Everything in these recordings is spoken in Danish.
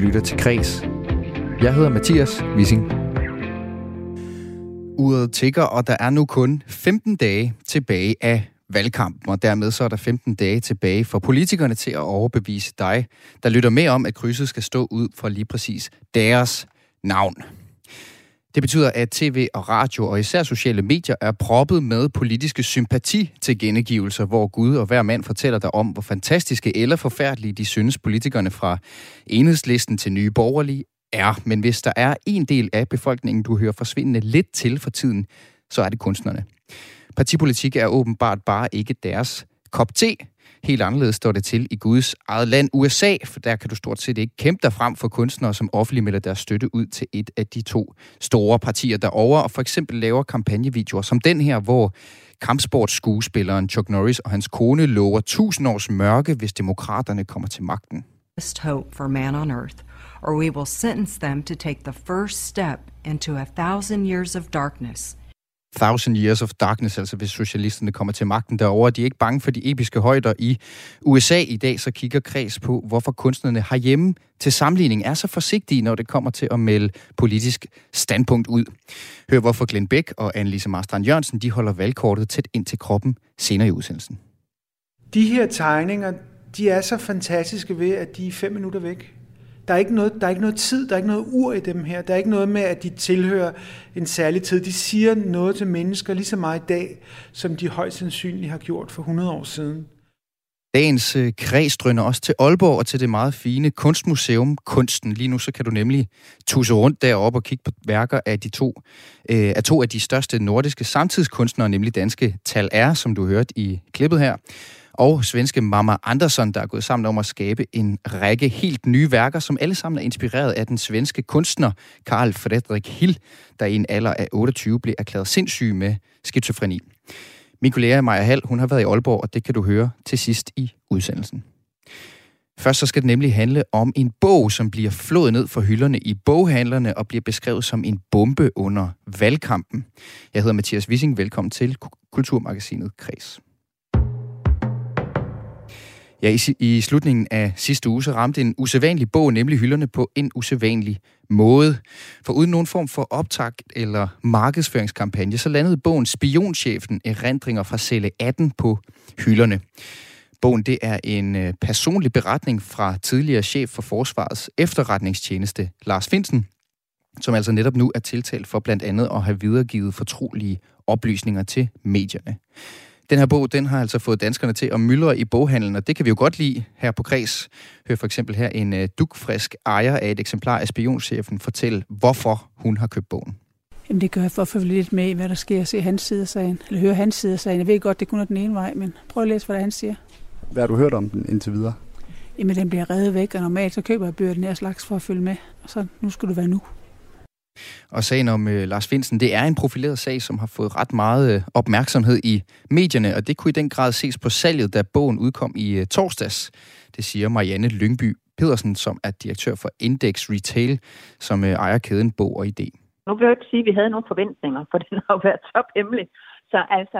lytter til Kres. Jeg hedder Mathias Wissing. Uret tikker, og der er nu kun 15 dage tilbage af valgkampen, og dermed så er der 15 dage tilbage for politikerne til at overbevise dig, der lytter med om, at krydset skal stå ud for lige præcis deres navn. Det betyder, at tv og radio og især sociale medier er proppet med politiske sympatitilkendegivelser, hvor Gud og hver mand fortæller dig om, hvor fantastiske eller forfærdelige de synes politikerne fra Enhedslisten til Nye Borgerlige er. Men hvis der er en del af befolkningen, du hører forsvindende lidt til for tiden, så er det kunstnerne. Partipolitik er åbenbart bare ikke deres kop te. Helt anderledes står det til i Guds eget land, USA, for der kan du stort set ikke kæmpe dig frem for kunstnere, som offentligt melder deres støtte ud til et af de to store partier derovre, og for eksempel laver kampagnevideoer som den her, hvor kampsportsskuespilleren Chuck Norris og hans kone lover 1000 års mørke, hvis demokraterne kommer til magten. Hope for man on earth, or we will sentence them to take the first step into 1000 years of darkness. 1000 Years of Darkness, altså hvis socialisterne kommer til magten derovre. De er ikke bange for de episke højder i USA i dag, så kigger Kres på, hvorfor kunstnerne herhjemme til sammenligning er så forsigtige, når det kommer til at melde politisk standpunkt ud. Hør hvorfor Glenn Beck og Annelise Marstrand Jørgensen, de holder valgkortet tæt ind til kroppen senere i udsendelsen. De her tegninger, de er så fantastiske ved, at de er 5 minutter væk. Der er ikke noget tid, der er ikke noget ur i dem her. Der er ikke noget med, at de tilhører en særlig tid. De siger noget til mennesker lige så meget i dag, som de højst sandsynligt har gjort for 100 år siden. Dagens Kres drøner også til Aalborg og til det meget fine kunstmuseum Kunsten. Lige nu så kan du nemlig tusse rundt deroppe og kigge på værker af to af de største nordiske samtidskunstnere, nemlig danske Tal R, som du hørte i klippet her, og svenske Mamma Andersson, der er gået sammen om at skabe en række helt nye værker, som alle sammen er inspireret af den svenske kunstner Carl Fredrik Hill, der i en alder af 28 blev erklæret sindssyg med skizofreni. Min kollega Maja Hall, hun har været i Aalborg, og det kan du høre til sidst i udsendelsen. Først så skal det nemlig handle om en bog, som bliver flået ned fra hylderne i boghandlerne og bliver beskrevet som en bombe under valgkampen. Jeg hedder Mathias Wissing. Velkommen til Kulturmagasinet Kres. Ja, i slutningen af sidste uge, så ramte en usædvanlig bog nemlig hylderne på en usædvanlig måde. For uden nogen form for optakt eller markedsføringskampagne, så landede bogen Spionchefen erindringer fra celle 18 på hylderne. Bogen, det er en personlig beretning fra tidligere chef for Forsvarets efterretningstjeneste, Lars Findsen, som altså netop nu er tiltalt for blandt andet at have videregivet fortrolige oplysninger til medierne. Den her bog, den har altså fået danskerne til at myldre i boghandlen, og det kan vi jo godt lide her på Kres. Hør for eksempel her en dugfrisk ejer af et eksemplar af Spionchefen fortælle, hvorfor hun har købt bogen. Jamen det gør jeg for at følge lidt med i, hvad der sker, og se hans side af sagen, eller høre hans side af sagen. Jeg ved godt, det kun er den ene vej, men prøv at læse, hvad han siger. Hvad har du hørt om den indtil videre? Jamen den bliver revet væk, og normalt så køber jeg bøger den her slags for at følge med, og så nu skal du være nu. Og sagen om Lars Findsen, det er en profileret sag, som har fået ret meget opmærksomhed i medierne, og det kunne i den grad ses på salget, da bogen udkom i torsdags. Det siger Marianne Lyngby Pedersen, som er direktør for Index Retail, som ejer kæden Bog og Idé. Nu vil jeg ikke sige, at vi havde nogle forventninger, for den har jo været tophemmelig. Så altså,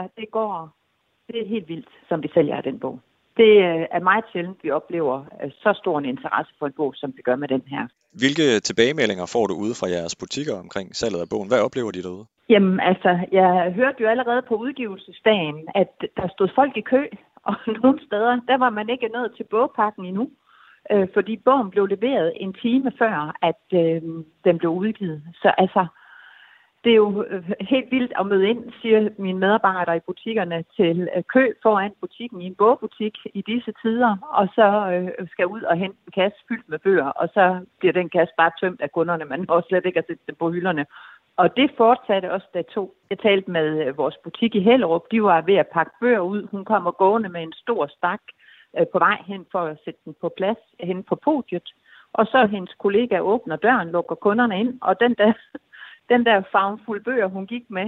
det er helt vildt, som vi sælger den bog. Det er meget sjældent, vi oplever så stor en interesse for en bog, som vi gør med den her. Hvilke tilbagemeldinger får du ude fra jeres butikker omkring salget af bogen? Hvad oplever de derude? Jamen altså, jeg hørte jo allerede på udgivelsesdagen, at der stod folk i kø, og nogle steder, der var man ikke nået til bogpakken endnu, fordi bogen blev leveret en time før, at den blev udgivet. Så altså, det er jo helt vildt at møde ind, siger mine medarbejdere i butikkerne, til kø foran butikken i en bogbutik i disse tider, og så skal ud og hente en kasse fyldt med bøger, og så bliver den kasse bare tømt af kunderne, man når slet ikke at sætte dem på hylderne. Og det fortsatte også da to. Jeg talte med vores butik i Hellerup, de var ved at pakke bøger ud. Hun kommer gående med en stor stak på vej hen for at sætte den på plads hen på podiet. Og så hendes kollega åbner døren, lukker kunderne ind, og den der farvefulde bøger, hun gik med,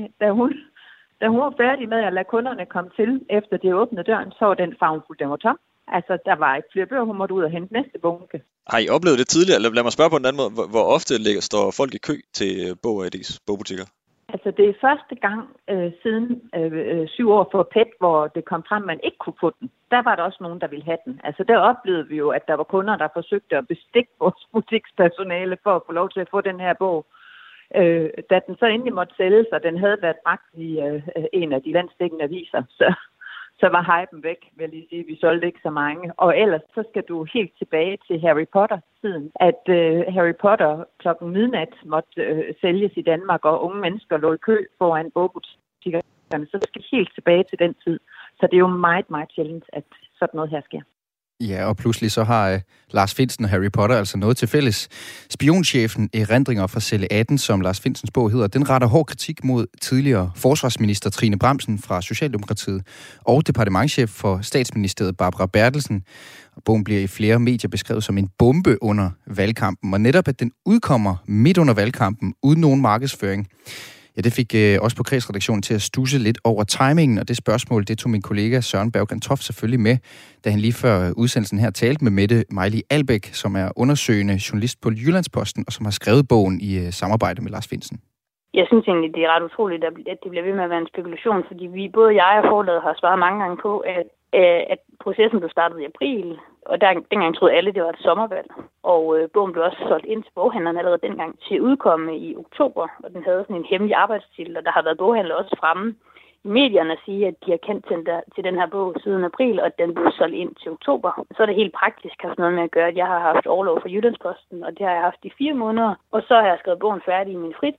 da hun var færdig med at lade kunderne komme til, efter de åbnede døren, så var den farvefulde, den var tom. Altså, der var ikke flere bøger, hun måtte ud og hente næste bunke. Har I oplevet det tidligere? Lad mig spørge på en anden måde. Hvor ofte står folk i kø til Bog og Idés bogbutikker? Altså, det er første gang siden 7 år for PET, hvor det kom frem, at man ikke kunne få den. Der var der også nogen, der ville have den. Altså, der oplevede vi jo, at der var kunder, der forsøgte at bestikke vores butikspersonale for at få lov til at få den her bog. Da den så endelig måtte sælges, og den havde været bragt i en af de landsdækkende aviser, så var hypen væk, vil jeg lige sige. Vi solgte ikke så mange. Og ellers så skal du helt tilbage til Harry Potter-tiden. At Harry Potter klokken midnat måtte sælges i Danmark, og unge mennesker lå i kø foran bogbutikkerne. Så det skal helt tilbage til den tid. Så det er jo meget, meget sjældent, at sådan noget her sker. Ja, og pludselig så har Lars Findsen og Harry Potter altså noget til fælles. Spionchefen Erindringer fra Celle 18, som Lars Findsens bog hedder, den retter hård kritik mod tidligere forsvarsminister Trine Bramsen fra Socialdemokratiet og departementschef for Statsministeriet Barbara Bertelsen. Bogen bliver i flere medier beskrevet som en bombe under valgkampen, og netop at den udkommer midt under valgkampen uden nogen markedsføring. Ja, det fik også på Kredsredaktionen til at studse lidt over timingen, og det spørgsmål, det tog min kollega Søren Berggren Toft selvfølgelig med, da han lige før udsendelsen her talte med Mette Mejli Albæk, som er undersøgende journalist på Jyllandsposten, og som har skrevet bogen i samarbejde med Lars Findsen. Jeg synes egentlig, det er ret utroligt, at det bliver ved med at være en spekulation, fordi både jeg og forlaget har svaret mange gange på, at processen blev startet i april, og dengang troede alle, det var et sommervalg. Og bogen blev også solgt ind til boghandlerne allerede dengang til udkomme i oktober, og den havde sådan en hemmelig arbejdstitel, og der har været boghandlere også fremme i medierne at sige, at de har kendt til den her bog siden april, og at den blev solgt ind til oktober. Så er det helt praktisk haft noget med at gøre, at jeg har haft orlov for Jyllandsposten, og det har jeg haft i 4 måneder, og så har jeg skrevet bogen færdig i min fritid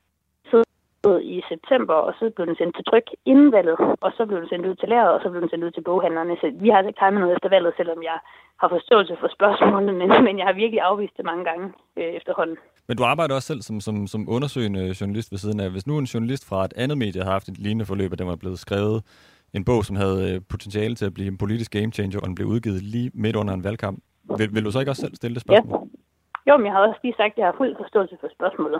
i september, og så blev den sendt til tryk inden valget, og så blev den sendt ud til lærere, og så blev den sendt ud til boghandlerne. Så vi har altså ikke timet noget efter valget, selvom jeg har forståelse for spørgsmålene, men jeg har virkelig afvist det mange gange efterhånden. Men du arbejder også selv som undersøgende journalist ved siden af. Hvis nu en journalist fra et andet medie har haft et lignende forløb, og den var blevet skrevet en bog, som havde potentiale til at blive en politisk game changer, og den blev udgivet lige midt under en valgkamp, vil du så ikke også selv stille det spørgsmål? Ja. Jo, men jeg har også lige sagt, at jeg har fuld forståelse for spørgsmålet.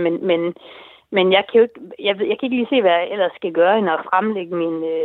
Men jeg kan ikke lige se, hvad jeg ellers skal gøre, end at fremlægge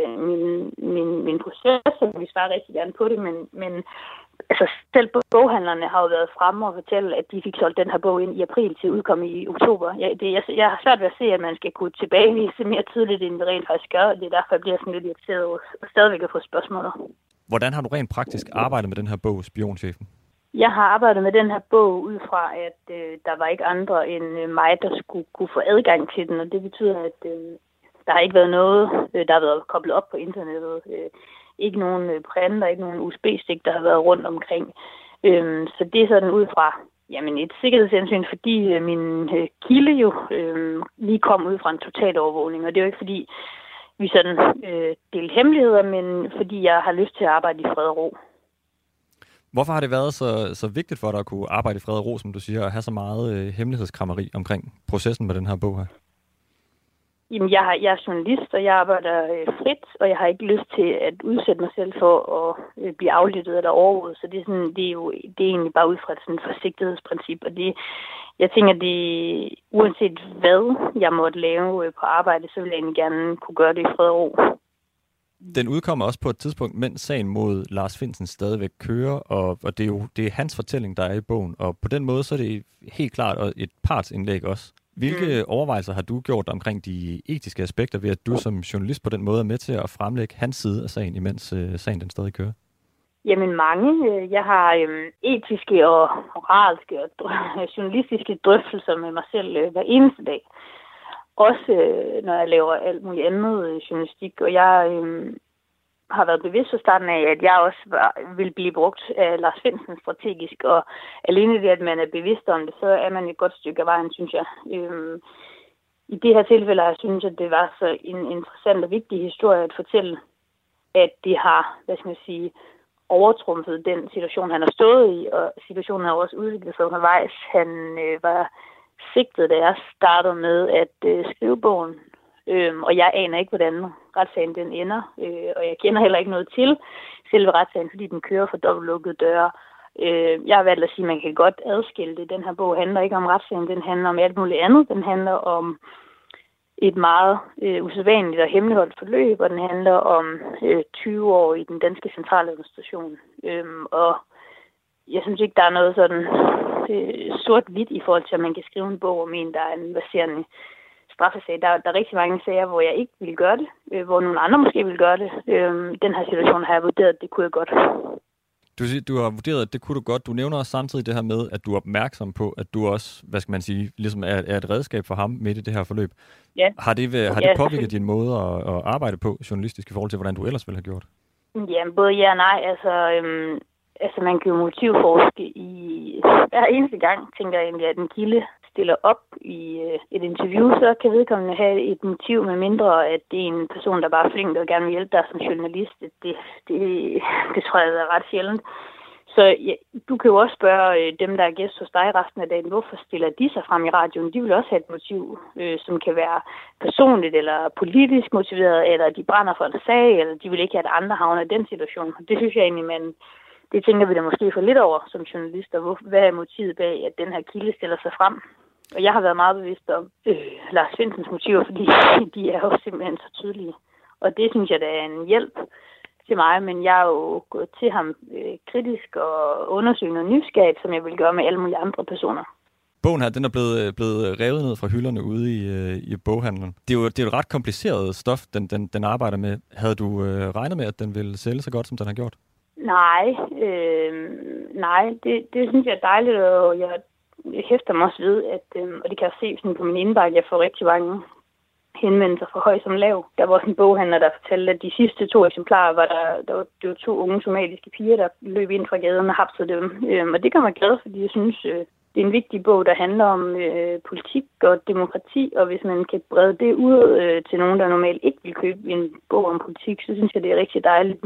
min proces, så vi svarer rigtig gerne på det, men altså, selv boghandlerne har jo været fremme og fortælle, at de fik solgt den her bog ind i april til udkomme i oktober. Jeg har svært ved at se, at man skal kunne tilbagevise mere tidligt, end det rent faktisk gør, og det er derfor, jeg bliver sådan lidt irriteret over stadigvæk at få spørgsmålet. Hvordan har du rent praktisk arbejdet med den her bog, Spionchefen? Jeg har arbejdet med den her bog ud fra, at der var ikke andre end mig, der skulle kunne få adgang til den, og det betyder, at der har ikke været noget, der har været koblet op på internettet. Ikke nogen printer, ikke nogen USB-stik, der har været rundt omkring. Så det er sådan ud fra et sikkerhedshensyn, fordi min kilde jo lige kom ud fra en total overvågning, og det er jo ikke fordi, vi sådan delte hemmeligheder, men fordi jeg har lyst til at arbejde i fred og ro. Hvorfor har det været så vigtigt for dig at kunne arbejde i fred og ro, som du siger, og have så meget hemmelighedskrammeri omkring processen med den her bog her? Jamen, jeg er journalist, og jeg arbejder frit, og jeg har ikke lyst til at udsætte mig selv for at blive aflyttet eller overvåget. Så det er egentlig bare ud fra et sådan forsigtighedsprincip. Og jeg tænker, det uanset hvad jeg måtte lave på arbejde, så vil jeg egentlig gerne kunne gøre det i fred og ro. Den udkommer også på et tidspunkt, mens sagen mod Lars Findsen stadigvæk kører, og det er hans fortælling, der er i bogen. Og på den måde, så er det helt klart et partsindlæg også. Hvilke overvejelser har du gjort omkring de etiske aspekter ved, at du som journalist på den måde er med til at fremlægge hans side af sagen, imens sagen den stadig kører? Jamen mange. Jeg har etiske og moralske og journalistiske drøftelser med mig selv hver eneste dag. Også når jeg laver alt muligt andet journalistik, og jeg har været bevidst fra starten af, at jeg også vil blive brugt af Lars Findsen strategisk, og alene det, at man er bevidst om det, så er man et godt stykke af vejen, synes jeg. I det her tilfælde har jeg synes, at det var så en interessant og vigtig historie at fortælle, at det har, overtrumfet den situation, han har stået i, og situationen har også udviklet sig undervejs. Han var sigtet, da jeg startede med at skrive bogen, og jeg aner ikke, hvordan retssagen den ender, og jeg kender heller ikke noget til selve retssagen, fordi den kører for dobbeltlukkede døre. Jeg har valgt at sige, at man kan godt adskille det. Den her bog handler ikke om retssagen, den handler om alt muligt andet. Den handler om et meget usædvanligt og hemmeligholdt forløb, og den handler om 20 år i den danske centraladministration. Og jeg synes ikke, der er noget sådan sort-hvidt i forhold til, at man kan skrive en bog om en, der er en verserende straffesag. Der er rigtig mange sager, hvor jeg ikke ville gøre det, hvor nogle andre måske ville gøre det. Den her situation har jeg vurderet, at det kunne jeg godt. Du har vurderet, at det kunne du godt. Du nævner også samtidig det her med, at du er opmærksom på, at du også, hvad skal man sige, ligesom er et redskab for ham midt i det her forløb. Ja. Har det påvirket din måde at arbejde på journalistisk i forhold til, hvordan du ellers ville have gjort? Ja, både ja og nej. Altså man kan jo motivforske i hver eneste gang, tænker jeg egentlig, at en kilde stiller op i et interview, så kan vedkommende have et motiv, med mindre at det er en person, der bare er flink og gerne vil hjælpe dig som journalist. Det tror jeg er ret sjældent. Så ja, du kan jo også spørge dem, der er gæst hos dig resten af dagen, hvorfor stiller de sig frem i radioen? De vil også have et motiv, som kan være personligt eller politisk motiveret, eller de brænder for en sag, eller de vil ikke have, at andre havner i den situation. Det synes jeg egentlig, det tænker vi da måske for lidt over som journalister. Hvad er motivet bag, at den her kilde stiller sig frem? Og jeg har været meget bevidst om Lars Findsens motiver, fordi de er jo simpelthen så tydelige. Og det synes jeg, der er en hjælp til mig, men jeg er jo gået til ham kritisk og undersøgende og nysgerrig, som jeg vil gøre med alle mulige andre personer. Bogen her, den er blevet revet ned fra hylderne ude i boghandlen. Det er jo et ret kompliceret stof, den arbejder med. Havde du regnet med, at den ville sælge så godt, som den har gjort? Nej, det synes jeg er dejligt, og jeg hæfter mig også ved, at, og det kan jeg se sådan på min indbakke, jeg får rigtig mange henvendelser fra høj som lav. Der var også en boghandler, der fortalte, at de sidste 2 eksemplarer var det var 2 unge somaliske piger, der løb ind fra gaden og hapsede dem. Og det gør mig glad, fordi jeg synes, det er en vigtig bog, der handler om politik og demokrati, og hvis man kan brede det ud til nogen, der normalt ikke vil købe en bog om politik, så synes jeg, det er rigtig dejligt,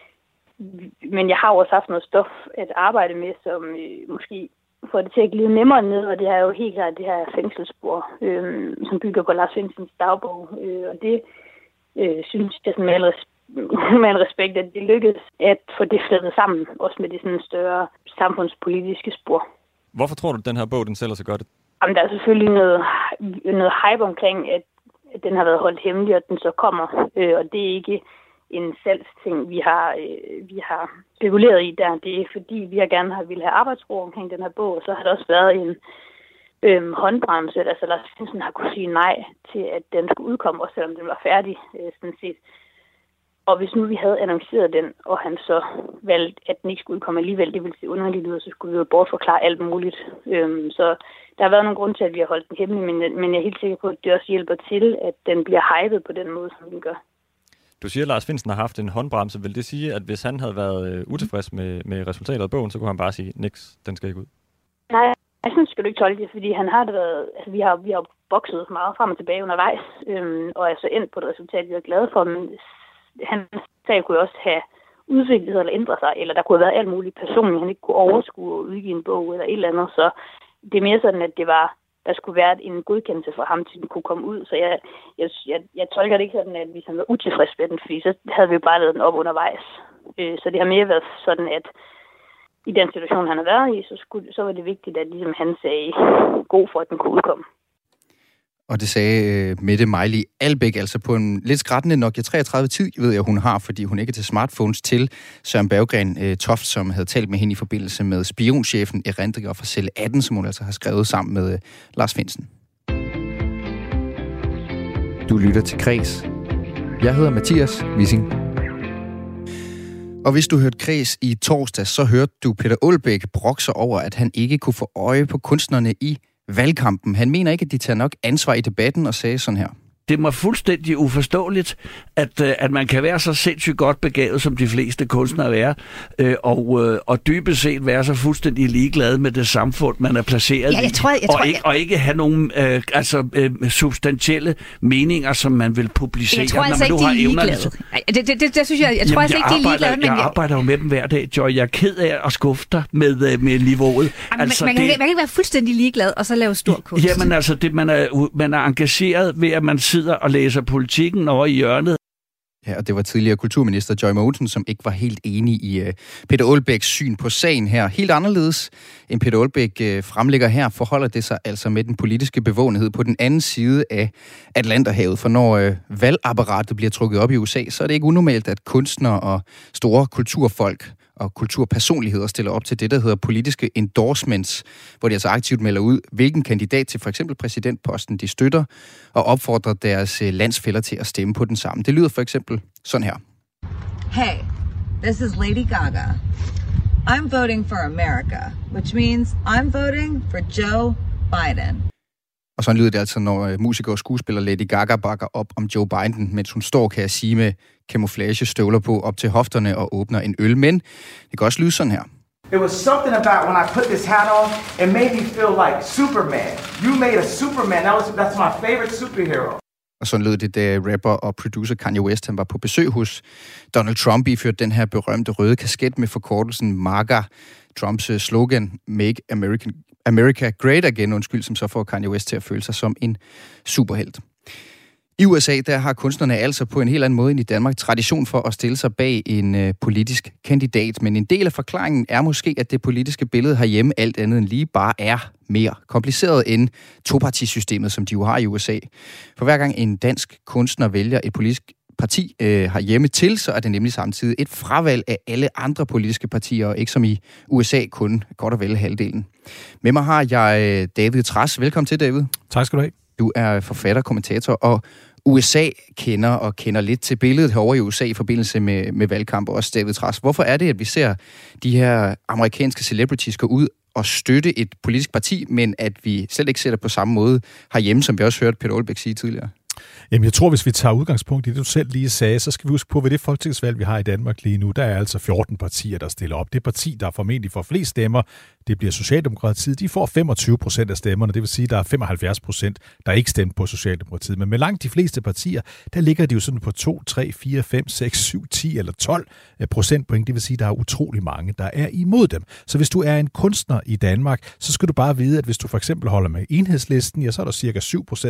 men jeg har også haft noget stof at arbejde med, som måske får det til at glide nemmere ned, og det er jo helt klart det her fængselsspor, som bygger på Lars Findsens dagbog. Og det synes jeg sådan med al respekt, at det lykkedes at få det flettet sammen, også med det sådan større samfundspolitiske spor. Hvorfor tror du, at den her bog, den sælger så godt? Jamen, der er selvfølgelig noget hype omkring, at den har været holdt hemmelig, og den så kommer, og det er ikke en salgsting, vi har spekuleret i der. Det er fordi, vi gerne ville have arbejdsro omkring den her bog, og så har der også været en håndbremse, altså Lars Findsen har kunne sige nej til, at den skulle udkomme, også selvom den var færdig, sådan set. Og hvis nu vi havde annonceret den, og han så valgte, at den ikke skulle udkomme alligevel, det ville se underligt ud, og så skulle vi jo bortforklare alt muligt. Så der har været nogle grunde til, at vi har holdt den hemmelig, men jeg er helt sikker på, at det også hjælper til, at den bliver hypet på den måde, som den gør. Du siger, at Lars Findsen har haft en håndbremse. Vil det sige, at hvis han havde været utilfreds med resultatet af bogen, så kunne han bare sige, niks, den skal ikke ud? Nej, jeg synes, skal du ikke tolke det, fordi han har det været, altså vi har bokset meget frem og tilbage undervejs, og er så endt på et resultat, vi er glade for, men hans sag kunne også have udviklet sig eller ændret sig, eller der kunne have været alt muligt personligt, han ikke kunne overskue og udgive en bog eller et eller andet, så det er mere sådan, at der skulle være en godkendelse for ham, til den kunne komme ud. Så jeg tolker det ikke sådan, at vi var utilfredse med den, fordi så havde vi bare lavet den op undervejs. Så det har mere været sådan, at i den situation, han har været i, så var det vigtigt, at ligesom han sagde god for, at den kunne udkomme. Og det sagde Mette Mejli Albæk, altså på en lidt skrættende Nokia 3310, ved jeg, hun har, fordi hun ikke er til smartphones, til Søren Berggren Toft, som havde talt med hende i forbindelse med spionchefen erindringer fra Celle 18, som hun altså har skrevet sammen med Lars Findsen. Du lytter til Kreds. Jeg hedder Mathias Wissing. Og hvis du hørte Kreds i torsdag, så hørte du Peter Aalbæk brokse over, at han ikke kunne få øje på kunstnerne i valgkampen. Han mener ikke, at de tager nok ansvar i debatten, og sagde sådan her. Det var fuldstændig uforståeligt, at man kan være så sindssygt godt begavet, som de fleste kunstnere er, og dybest set være så fuldstændig ligeglad med det samfund, man er placeret i, og ikke have nogen substantielle meninger, som man vil publicere. Jeg tror altså ikke, de er ligeglade. Det synes jeg tror altså ikke, de er ligeglade. Jeg arbejder jo med dem hver dag, Joy. Jeg er ked af at skuffe dig med niveauet. Altså, man kan ikke være fuldstændig ligeglad, og så lave stor kunst. Jamen altså, man er engageret ved, at man sidder og læser politikken over i hjørnet. Ja, og det var tidligere kulturminister Joy Mogensen, som ikke var helt enig i Peter Aalbæks syn på sagen her. Helt anderledes end Peter Aalbæk fremlægger her, forholder det sig altså med den politiske bevågenhed på den anden side af Atlanterhavet. For når valgapparatet bliver trukket op i USA, så er det ikke unormalt, at kunstnere og store kulturfolk og kulturpersonligheder stiller op til det, der hedder politiske endorsements, hvor de altså aktivt melder ud, hvilken kandidat til for eksempel præsidentposten de støtter, og opfordrer deres landsfæller til at stemme på den samme. Det lyder for eksempel sådan her. Hey, this is Lady Gaga. I'm voting for America, which means I'm voting for Joe Biden. Og sådan lyder det altså, når musiker og skuespiller Lady Gaga bakker op om Joe Biden, mens hun står, kan jeg sige, med camouflage-støvler på op til hofterne og åbner en øl. Men det kan også lyde sådan her. It was something about when I put this hat on, it made me feel like Superman. You made a Superman. That's my favorite superhero. Og sådan lød det, da rapper og producer Kanye West, han var på besøg hos Donald Trump, iført den her berømte røde kasket med forkortelsen MAGA, Trumps slogan, Make America Great Again, som så får Kanye West til at føle sig som en superhelt. I USA, der har kunstnerne altså på en helt anden måde end i Danmark tradition for at stille sig bag en politisk kandidat. Men en del af forklaringen er måske, at det politiske billede herhjemme alt andet end lige bare er mere kompliceret end topartisystemet, som de jo har i USA. For hver gang en dansk kunstner vælger et politisk parti herhjemme til, så er det nemlig samtidig et fravalg af alle andre politiske partier, og ikke som i USA kun godt og vel halvdelen. Med mig har jeg David Trads. Velkommen til, David. Tak skal du have. Du er forfatter, kommentator og USA-kender og kender lidt til billedet herovre i USA i forbindelse med valgkamp, også David Trads. Hvorfor er det, at vi ser de her amerikanske celebrities gå ud og støtte et politisk parti, men at vi selv ikke ser det på samme måde herhjemme, som vi også hørte Peter Aalbæk sige tidligere? Jamen, jeg tror, hvis vi tager udgangspunkt i det, du selv lige sagde, så skal vi huske på, ved det folketingsvalg, vi har i Danmark lige nu, der er altså 14 partier, der stiller op. Det parti, der formentlig får flest stemmer, det bliver Socialdemokratiet. De får 25% af stemmerne, det vil sige, der er 75%, der ikke stemte på Socialdemokratiet. Men med langt de fleste partier, der ligger de jo sådan på 2, 3, 4, 5, 6, 7, 10 eller 12 procentpoint. Det vil sige, der er utrolig mange, der er imod dem. Så hvis du er en kunstner i Danmark, så skal du bare vide, at hvis du for eksempel holder med Enhedslisten, ja, så er der cirka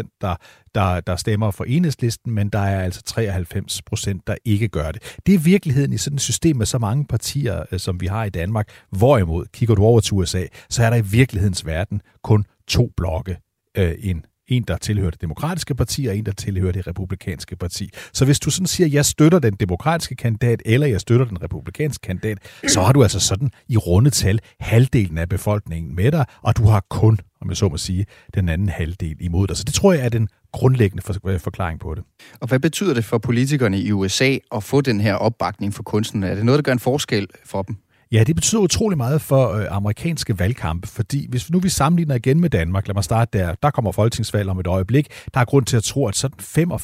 7%, der stemmer for Enhedslisten, men der er altså 93%, der ikke gør det. Det er virkeligheden i sådan et system med så mange partier, som vi har i Danmark. Hvorimod, kigger du over til USA, så er der i virkelighedens verden kun 2 blokke. En, der tilhører det demokratiske parti, og en, der tilhører det republikanske parti. Så hvis du sådan siger, at jeg støtter den demokratiske kandidat, eller jeg støtter den republikanske kandidat, så har du altså sådan i rundetal halvdelen af befolkningen med dig, og du har kun, om jeg så må sige, den anden halvdel imod dig. Så det tror jeg er den grundlæggende forklaring på det. Og hvad betyder det for politikerne i USA at få den her opbakning for kunstnerne? Er det noget, der gør en forskel for dem? Ja, det betyder utrolig meget for amerikanske valgkampe, fordi hvis nu vi sammenligner igen med Danmark, lad mig starte der kommer folketingsvalg om et øjeblik, der er grund til at tro, at sådan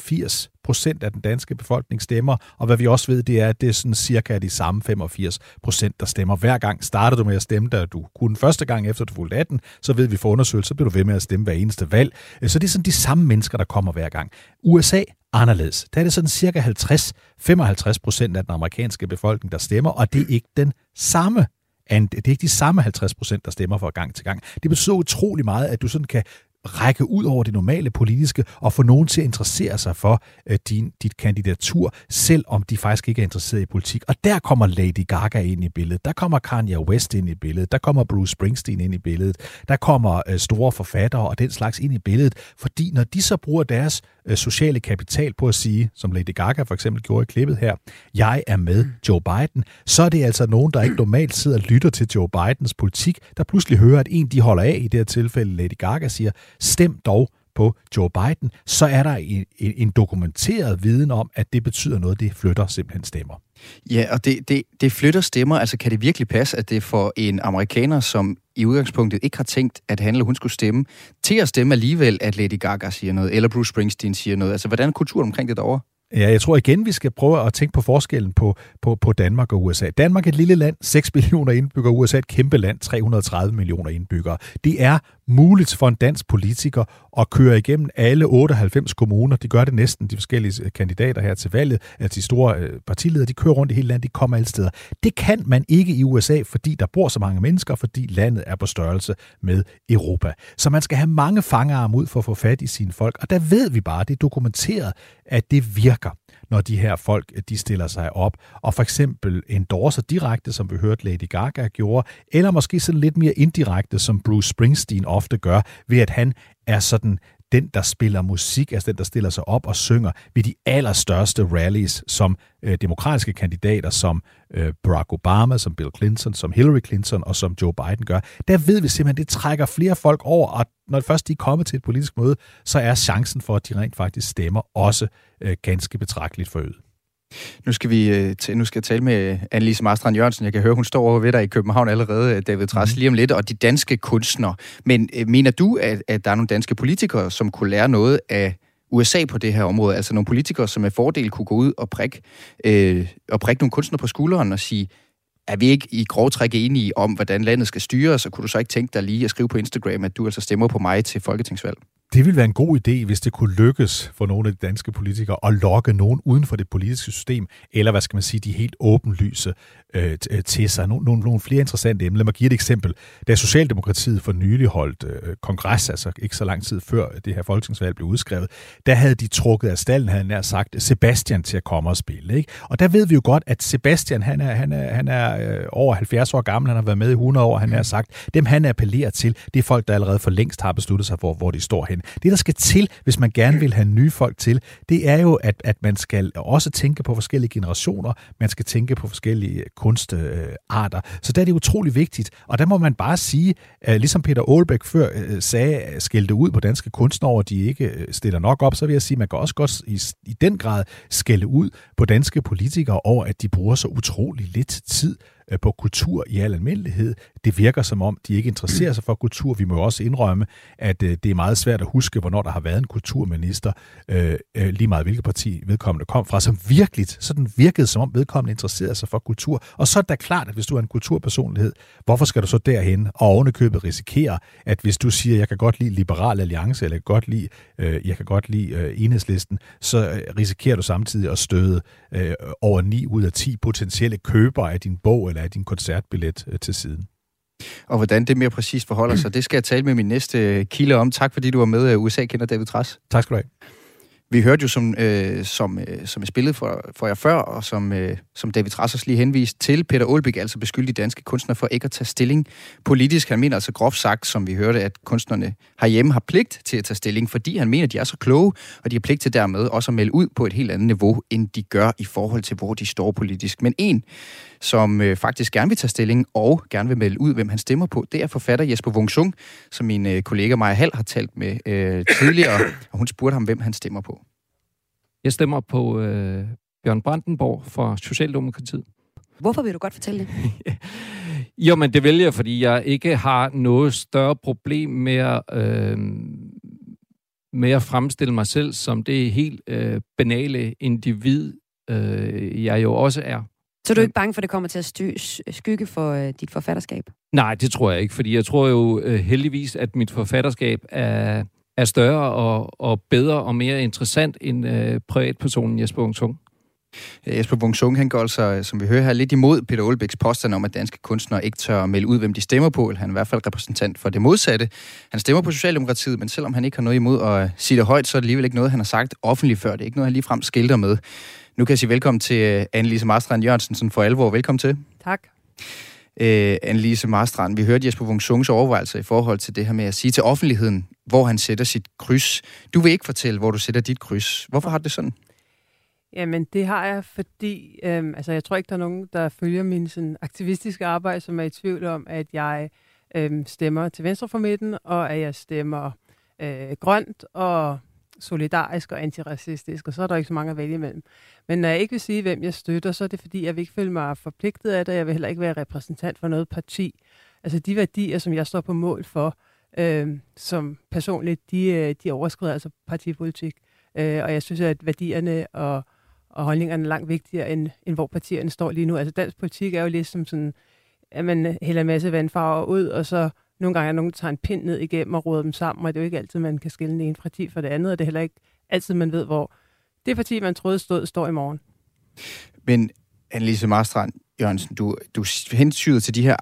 85% af den danske befolkning stemmer, og hvad vi også ved, det er, at det er sådan cirka de samme 85%, der stemmer hver gang. Starter du med at stemme, da du kunne første gang efter du fulgte 18, så ved vi for undersøgelser, så bliver du ved med at stemme hver eneste valg. Så det er sådan de samme mennesker, der kommer hver gang. USA anderledes. Der er det sådan cirka 50-55% af den amerikanske befolkning, der stemmer, og det er ikke den samme. Det er ikke de samme 50%, der stemmer fra gang til gang. Det betyder utrolig meget, at du sådan kan række ud over det normale politiske og få nogen til at interessere sig for dit kandidatur, selv om de faktisk ikke er interesseret i politik. Og der kommer Lady Gaga ind i billedet, der kommer Kanye West ind i billedet, der kommer Bruce Springsteen ind i billedet, der kommer store forfattere og den slags ind i billedet, fordi når de så bruger deres sociale kapital på at sige, som Lady Gaga for eksempel gjorde i klippet her, jeg er med Joe Biden, så er det altså nogen, der ikke normalt sidder og lytter til Joe Bidens politik, der pludselig hører, at en de holder af, i det her tilfælde Lady Gaga siger, stem dog på Joe Biden, så er der en dokumenteret viden om, at det betyder noget, det flytter simpelthen stemmer. Ja, og det flytter stemmer. Altså, kan det virkelig passe, at det for en amerikaner, som i udgangspunktet ikke har tænkt, at han eller hun skulle stemme, til at stemme alligevel, at Lady Gaga siger noget, eller Bruce Springsteen siger noget? Altså, hvordan er kulturen omkring det derovre? Ja, jeg tror igen, vi skal prøve at tænke på forskellen på Danmark og USA. Danmark er et lille land, 6 millioner indbyggere, USA er et kæmpe land, 330 millioner indbyggere. Det er muligt for en dansk politiker at køre igennem alle 98 kommuner. De gør det næsten, de forskellige kandidater her til valget, altså de store partiledere, de kører rundt i hele landet, de kommer alle steder. Det kan man ikke i USA, fordi der bor så mange mennesker, fordi landet er på størrelse med Europa. Så man skal have mange fangarme ud for at få fat i sine folk, og der ved vi bare, det er dokumenteret, at det virker, når de her folk, de stiller sig op, og for eksempel endorser direkte, som vi hørte Lady Gaga gjorde, eller måske sådan lidt mere indirekte, som Bruce Springsteen ofte gør, ved at han er sådan den, der spiller musik, altså den, der stiller sig op og synger ved de allerstørste rallies, som demokratiske kandidater, som Barack Obama, som Bill Clinton, som Hillary Clinton og som Joe Biden gør. Der ved vi simpelthen, det trækker flere folk over, og når først de er kommet til et politisk møde, så er chancen for, at de rent faktisk stemmer, også ganske betragteligt forøget. Nu skal jeg tale med Annelise Marstrand Jørgensen. Jeg kan høre, hun står over ved dig i København allerede, David Trads, lige om lidt, og de danske kunstnere. Men mener du, at der er nogle danske politikere, som kunne lære noget af USA på det her område? Altså nogle politikere, som med fordel kunne gå ud og prikke nogle kunstnere på skulderen og sige, er vi ikke i grove træk enige om, hvordan landet skal styres, så kunne du så ikke tænke dig lige at skrive på Instagram, at du altså stemmer på mig til folketingsvalg? Det ville være en god idé, hvis det kunne lykkes for nogle af de danske politikere at lokke nogen uden for det politiske system, eller hvad skal man sige, de helt åbenlyse til sig. Nogle flere interessante emner. Lad mig give et eksempel. Da Socialdemokratiet for nylig holdt kongres, altså ikke så lang tid før det her folketingsvalg blev udskrevet, der havde de trukket af stallen, havde nær sagt, Sebastian til at komme og spille. Ikke? Og der ved vi jo godt, at Sebastian, han er over 70 år gammel, han har været med i 100 år, han har sagt, dem han appellerer til, det er folk, der allerede for længst har besluttet sig for, hvor de står hen. Det, der skal til, hvis man gerne vil have nye folk til, det er jo, at man skal også tænke på forskellige generationer, man skal tænke på forskellige kunstarter. Så der er det utrolig vigtigt, og der må man bare sige, ligesom Peter Aalbæk før sagde, skældte ud på danske kunstnere over, de ikke stiller nok op, så vil jeg sige, man kan også godt i den grad skælde ud på danske politikere over, at de bruger så utrolig lidt tid på kultur i al almindelighed. Det virker som om, de ikke interesserer sig for kultur. Vi må jo også indrømme, at det er meget svært at huske, hvornår der har været en kulturminister, lige meget hvilket parti vedkommende kom fra, som sådan virkede som om vedkommende interesserede sig for kultur. Og så er det da klart, at hvis du er en kulturpersonlighed, hvorfor skal du så derhen og ovenikøbet risikere, at hvis du siger, jeg kan godt lide Liberal Alliance, eller jeg kan godt lide Enhedslisten, så risikerer du samtidig at støde over 9 ud af 10 potentielle købere af din bog eller af din koncertbillet til siden. Og hvordan det mere præcist forholder sig, det skal jeg tale med min næste kilde om. Tak fordi du var med, USA-kender David Trads. Tak skal du have. Vi hørte jo, som jeg spillede for jer før, og som David Trads også lige henviste til, Peter Aalbæk altså beskyldte de danske kunstnere for ikke at tage stilling politisk. Han mener altså groft sagt, som vi hørte, at kunstnerne herhjemme har pligt til at tage stilling, fordi han mener, at de er så kloge, og de har pligt til dermed også at melde ud på et helt andet niveau, end de gør i forhold til, hvor de står politisk. Men en, som faktisk gerne vil tage stilling og gerne vil melde ud, hvem han stemmer på, det er forfatter Jesper Wung-Sung, som min kollega Maja Hall har talt med tidligere, og hun spurgte ham, hvem han stemmer på. Jeg stemmer på Bjørn Brandenborg fra Socialdemokratiet. Hvorfor vil du godt fortælle det? Jo, men det vælger jeg, fordi jeg ikke har noget større problem med at fremstille mig selv som det helt banale individ, jeg jo også er. Så er du ikke bange for, at det kommer til at skygge for dit forfatterskab? Nej, det tror jeg ikke, fordi jeg tror jo heldigvis, at mit forfatterskab er større og bedre og mere interessant end privatpersonen Jesper Wung-Sung. Jesper Wung-Sung, han går altså, som vi hører her, lidt imod Peter Aalbæks påstand om, at danske kunstnere ikke tør melde ud, hvem de stemmer på, eller han er i hvert fald repræsentant for det modsatte. Han stemmer på Socialdemokratiet, men selvom han ikke har noget imod at sige det højt, så er det alligevel ikke noget, han har sagt offentligt før. Det er ikke noget, han ligefrem skilter med. Nu kan jeg sige velkommen til Annelise Marstrand Jørgensen, sådan for alvor. Velkommen til. Tak. Annelise Marstrand, vi hørte Jesper Wung-Sungs overvejelser i forhold til det her med at sige til offentligheden, hvor han sætter sit kryds. Du vil ikke fortælle, hvor du sætter dit kryds. Hvorfor har du det sådan? Jamen, det har jeg, fordi jeg tror ikke, der er nogen, der følger min sådan, aktivistiske arbejde, som er i tvivl om, at jeg stemmer til venstre for midten, og at jeg stemmer grønt og solidarisk og antiracistisk, og så er der ikke så mange at vælge imellem. Men når jeg ikke vil sige, hvem jeg støtter, så er det fordi, jeg vil ikke føle mig forpligtet af det, jeg vil heller ikke være repræsentant for noget parti. Altså de værdier, som jeg står på mål for, som personligt, de overskrider altså partipolitik. Og jeg synes, at værdierne og holdningerne er langt vigtigere, end hvor partierne står lige nu. Altså dansk politik er jo lidt som sådan, at man hælder en masse vandfarver ud, og så nogle gange er nogen, der tager en pind ned igennem og roder dem sammen, og det er jo ikke altid, man kan skille den ene parti fra det andet, og det er heller ikke altid, man ved, hvor det parti, man troede stod, står i morgen. Men Annelise Marstrand Jørgensen, du hentyder til de her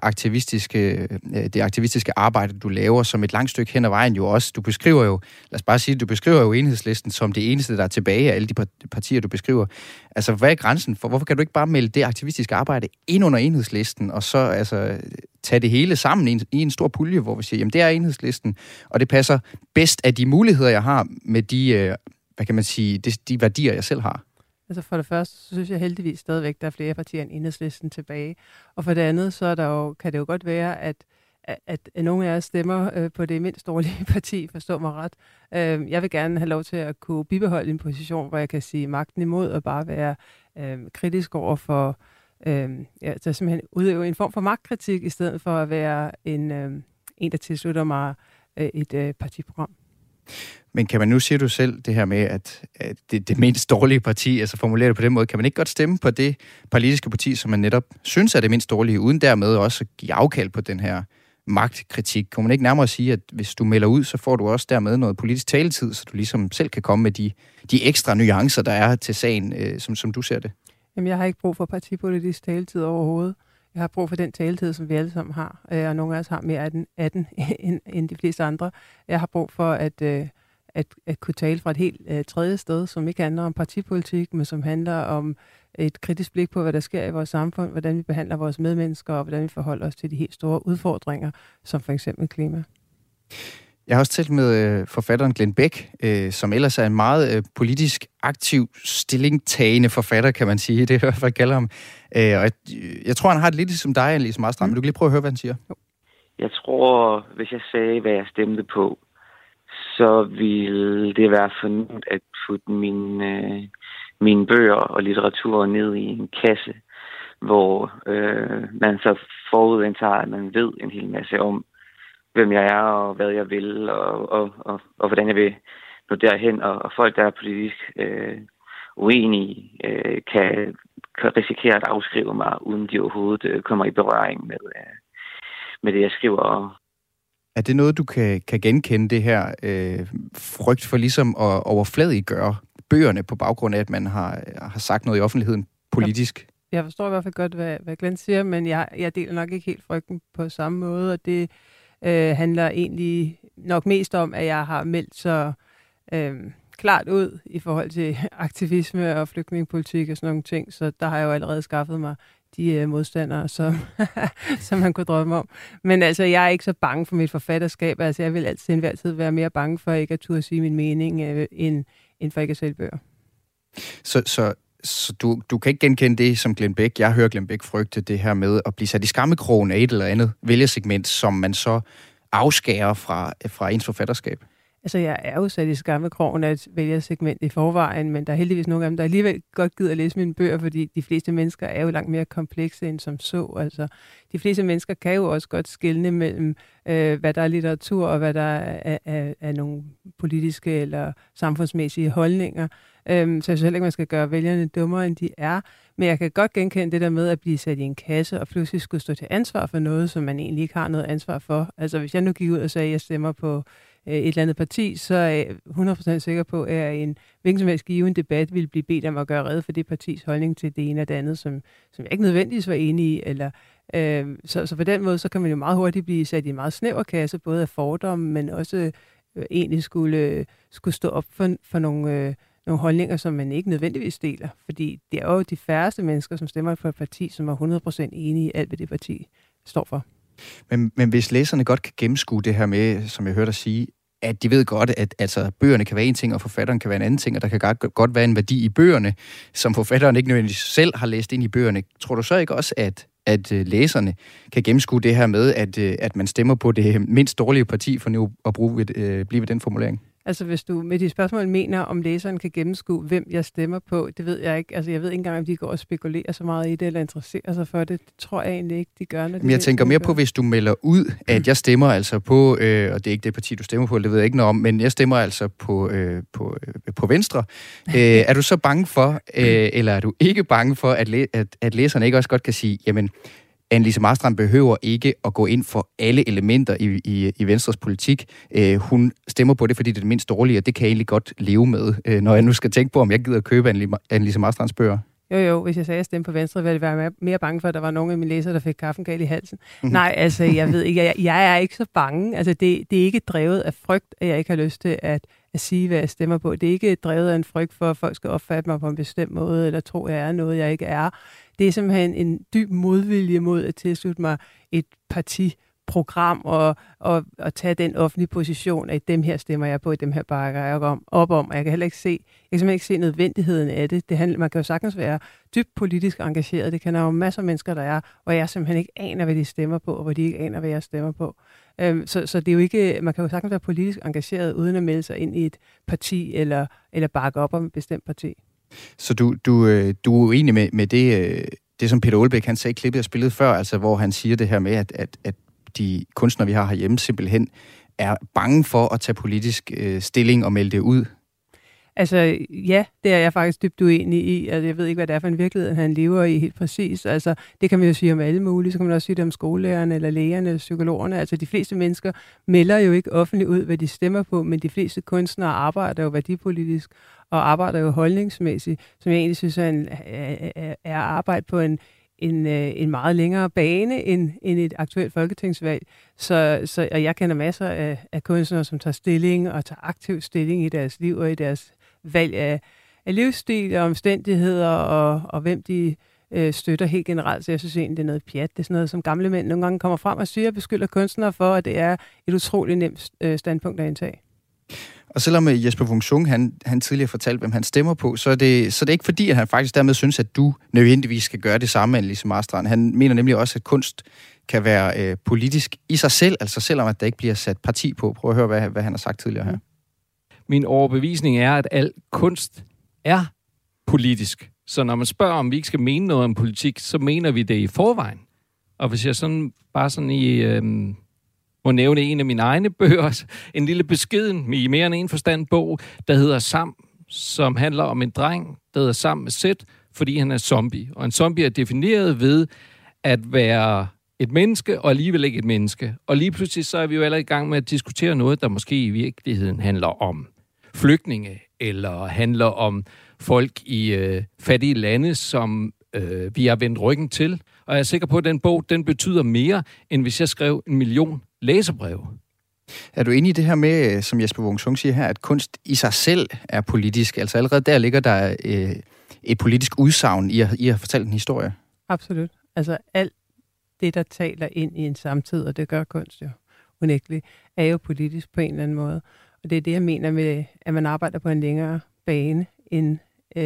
det aktivistiske arbejde, du laver som et langt stykke hen ad vejen jo også. Du beskriver jo Enhedslisten som det eneste, der er tilbage af alle de partier, du beskriver. Altså, hvad er grænsen for? Hvorfor kan du ikke bare melde det aktivistiske arbejde ind under Enhedslisten, og så tage det hele sammen i en stor pulje, hvor vi siger, jamen det er Enhedslisten, og det passer bedst af de muligheder, jeg har med de, de værdier, jeg selv har? Altså for det første, så synes jeg heldigvis stadigvæk, der er flere partier end Enhedslisten tilbage. Og for det andet, så kan det jo godt være, at nogle af jer stemmer på det mindst dårlige parti, forstå mig ret. Jeg vil gerne have lov til at kunne bibeholde en position, hvor jeg kan sige magten imod og bare være kritisk over for, så simpelthen udøve en form for magtkritik, i stedet for at være en der tilslutter mig et partiprogram. Men kan man nu, siger du selv, det her med, at det mindst dårlige parti, altså formulere det på den måde, kan man ikke godt stemme på det politiske parti, som man netop synes er det mindst dårlige, uden dermed også give afkald på den her magtkritik? Kan man ikke nærmere sige, at hvis du melder ud, så får du også dermed noget politisk taletid, så du ligesom selv kan komme med de ekstra nuancer, der er til sagen, som du ser det? Jamen, jeg har ikke brug for partipolitisk taletid overhovedet. Jeg har brug for den taletid, som vi alle sammen har, og nogle af os har mere af den end de fleste andre. Jeg har brug for at kunne tale fra et helt tredje sted, som ikke handler om partipolitik, men som handler om et kritisk blik på, hvad der sker i vores samfund, hvordan vi behandler vores medmennesker, og hvordan vi forholder os til de helt store udfordringer, som for eksempel klima. Jeg har også talt med forfatteren Glenn Bech, som ellers er en meget politisk aktiv, stillingtagende forfatter, kan man sige. Det er i hvert fald, jeg kalder ham. Og jeg tror, han har det lidt som dig, Annelise Marstrand. Men du kan lige prøve at høre, hvad han siger. Jeg tror, hvis jeg sagde, hvad jeg stemte på, så ville det være fornemt at putte mine bøger og litteratur ned i en kasse, hvor man så forudindtager, at man ved en hel masse om, hvem jeg er, og hvad jeg vil, og hvordan jeg vil nå derhen. Og folk, der er politisk uenige, kan risikere at afskrive mig, uden de overhovedet kommer i berøring med det, jeg skriver. Er det noget, du kan genkende, det her frygt for ligesom at overfladiggøre bøgerne på baggrund af, at man har sagt noget i offentligheden politisk? Jeg forstår i hvert fald godt, hvad Glenn siger, men jeg deler nok ikke helt frygten på samme måde, og det handler egentlig nok mest om, at jeg har meldt så klart ud i forhold til aktivisme og flygtningepolitik og sådan nogle ting, så der har jeg jo allerede skaffet mig de modstandere, som man kunne drømme om. Men altså, jeg er ikke så bange for mit forfatterskab. Altså, jeg vil altid enhver tid være mere bange for ikke at turde sige min mening, end for ikke at sælge bøger. Så du kan ikke genkende det som Glenn Bech. Jeg hører Glenn Bech frygte det her med at blive sat i skammekrogen af et eller andet vælgersegment, som man så afskærer fra ens forfatterskab. Altså, jeg er jo sat i skammekrogen af et vælgersegment i forvejen, men der er heldigvis nogle af dem, der alligevel godt gider at læse mine bøger, fordi de fleste mennesker er jo langt mere komplekse end som så. Altså, de fleste mennesker kan jo også godt skelne mellem, hvad der er litteratur, og hvad der er nogle politiske eller samfundsmæssige holdninger. Så jeg synes heller ikke, man skal gøre vælgerne dummere, end de er. Men jeg kan godt genkende det der med at blive sat i en kasse og pludselig skulle stå til ansvar for noget, som man egentlig ikke har noget ansvar for. Altså, hvis jeg nu gik ud og sagde, at jeg stemmer på et eller andet parti, så er jeg 100% sikker på, at jeg i en hvilken som helst given debat ville blive bedt om at gøre rede for det partis holdning til det ene og det andet, som jeg ikke nødvendigvis var enig i. Eller, så på den måde, så kan man jo meget hurtigt blive sat i en meget snæver kasse, både af fordomme, men også egentlig skulle stå op for nogle holdninger, som man ikke nødvendigvis deler. Fordi det er jo de færreste mennesker, som stemmer for et parti, som er 100% enige i alt, hvad det parti står for. Men hvis læserne godt kan gennemskue det her med, som jeg hørte dig sige, at de ved godt, at altså, bøgerne kan være en ting, og forfatteren kan være en anden ting, og der kan godt være en værdi i bøgerne, som forfatteren ikke nødvendigvis selv har læst ind i bøgerne. Tror du så ikke også, at læserne kan gennemskue det her med, at man stemmer på det mindst dårlige parti, for nu at blive ved den formulering? Altså, hvis du med de spørgsmål mener, om læseren kan gennemskue, hvem jeg stemmer på, det ved jeg ikke. Altså, jeg ved ikke engang, om de går og spekulerer så meget i det, eller interesserer sig for det. Det tror jeg egentlig ikke, de gør. Men jeg tænker mere på, hvis du melder ud, at jeg stemmer altså på, og det er ikke det parti, du stemmer på, det ved jeg ikke noget om, men jeg stemmer altså på Venstre. Er du så bange for, eller er du ikke bange for, at læserne ikke også godt kan sige, jamen, Annelise Marstrand behøver ikke at gå ind for alle elementer i Venstres politik. Hun stemmer på det, fordi det er det mindst dårlige, og det kan jeg egentlig godt leve med, når jeg nu skal tænke på, om jeg gider at købe Annelise Marstrands bøger. Jo, hvis jeg sagde, at jeg stemte på Venstre, ville jeg være mere bange for, at der var nogen af mine læsere, der fik kaffen galt i halsen. Nej, altså, jeg ved ikke, jeg er ikke så bange. Altså, det er ikke drevet af frygt, at jeg ikke har lyst til at sige, hvad jeg stemmer på. Det er ikke drevet af en frygt for, at folk skal opfatte mig på en bestemt måde, eller tro, at jeg er noget, jeg ikke er. Det er simpelthen en dyb modvilje mod at tilslutte mig et partiprogram og tage den offentlige position, at dem her stemmer jeg på, dem her bakker jeg op om. Og jeg kan heller ikke simpelthen ikke se nødvendigheden af det. Man kan jo sagtens være dybt politisk engageret. Det kan der jo masser af mennesker, der er, og jeg simpelthen ikke aner, hvad de stemmer på, og hvor de ikke aner, hvad jeg stemmer på. Så det er jo ikke, man kan jo sagtens være politisk engageret, uden at melde sig ind i et parti, eller bakke op om et bestemt parti. Så du er uenig med det, som Peter Aalbæk, han sagde i klippet, jeg spillede før, altså hvor han siger det her med, at de kunstnere, vi har herhjemme, simpelthen er bange for at tage politisk stilling og melde det ud? Altså, ja, det er jeg faktisk dybt uenig i. Altså, jeg ved ikke, hvad det er for en virkelighed, han lever i helt præcis. Altså, det kan man jo sige om alle mulige. Så kan man også sige det om skolelærerne, eller lægerne, eller psykologerne. Altså, de fleste mennesker melder jo ikke offentligt ud, hvad de stemmer på, men de fleste kunstnere arbejder jo værdipolitisk og arbejder jo holdningsmæssigt, som jeg egentlig synes er arbejde på en meget længere bane end et aktuelt folketingsvalg. Og jeg kender masser af kunstnere, som tager stilling og tager aktiv stilling i deres liv og i deres valg af livsstil og omstændigheder og hvem de støtter helt generelt. Så jeg synes egentlig, det er noget pjat. Det er sådan noget, som gamle mænd nogle gange kommer frem og siger og beskylder kunstnere for, at det er et utroligt nemt standpunkt at indtage. Og selvom Jesper Wung Sung, han tidligere fortalte, hvem han stemmer på, så er det ikke fordi, at han faktisk dermed synes, at du nødvendigvis skal gøre det samme, Annelise Marstrand. Han mener nemlig også, at kunst kan være politisk i sig selv, altså selvom at der ikke bliver sat parti på. Prøv at høre, hvad han har sagt tidligere her. Min overbevisning er, at al kunst er politisk. Så når man spørger, om vi ikke skal mene noget om politik, så mener vi det i forvejen. Og hvis jeg må nævne en af mine egne bøger, en lille beskeden, i mere end en forstand bog, der hedder Sam, som handler om en dreng, der hedder Sam med Z, fordi han er zombie. Og en zombie er defineret ved at være et menneske, og alligevel ikke et menneske. Og lige pludselig så er vi jo allerede i gang med at diskutere noget, der måske i virkeligheden handler om flygtninge, eller handler om folk i fattige lande, som vi har vendt ryggen til. Og jeg er sikker på, at den bog, den betyder mere, end hvis jeg skrev 1 million læserbreve. Er du enig i det her med, som Jesper Wung Sung siger her, at kunst i sig selv er politisk? Altså allerede der ligger der et politisk udsagn i at fortælle en historie. Absolut. Altså alt det, der taler ind i en samtid, og det gør kunst jo unægteligt, er jo politisk på en eller anden måde. Og det er det, jeg mener med, at man arbejder på en længere bane, end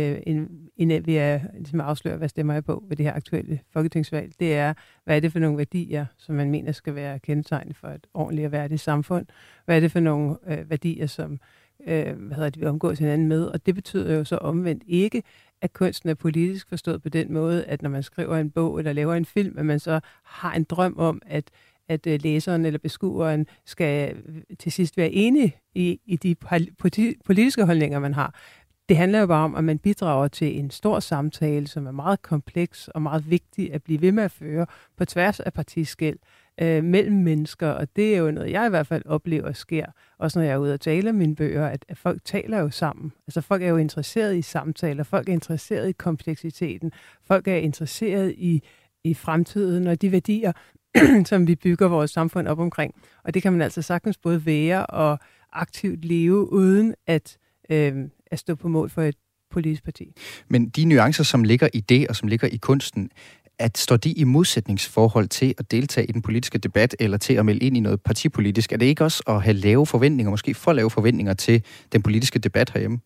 vi er ligesom afslører, hvad stemmer jeg på ved det her aktuelle folketingsvalg. Det er, hvad er det for nogle værdier, som man mener skal være kendetegnet for et ordentligt og værdigt samfund? Hvad er det for nogle værdier, som vi omgås hinanden med? Og det betyder jo så omvendt ikke, at kunsten er politisk forstået på den måde, at når man skriver en bog eller laver en film, at man så har en drøm om, at læseren eller beskueren skal til sidst være enige i de politiske holdninger, man har. Det handler jo bare om, at man bidrager til en stor samtale, som er meget kompleks og meget vigtig at blive ved med at føre på tværs af partiskel mellem mennesker. Og det er jo noget, jeg i hvert fald oplever sker, også når jeg er ude og tale om mine bøger, at folk taler jo sammen. Altså folk er jo interesseret i samtaler, folk er interesseret i kompleksiteten, folk er interesseret i fremtiden og de værdier, som vi bygger vores samfund op omkring. Og det kan man altså sagtens både være og aktivt leve, uden at stå på mål for et politisk parti. Men de nuancer, som ligger i det, og som ligger i kunsten, står de i modsætningsforhold til at deltage i den politiske debat, eller til at melde ind i noget partipolitisk? Er det ikke også at have lave forventninger, måske for lave forventninger til den politiske debat herhjemme?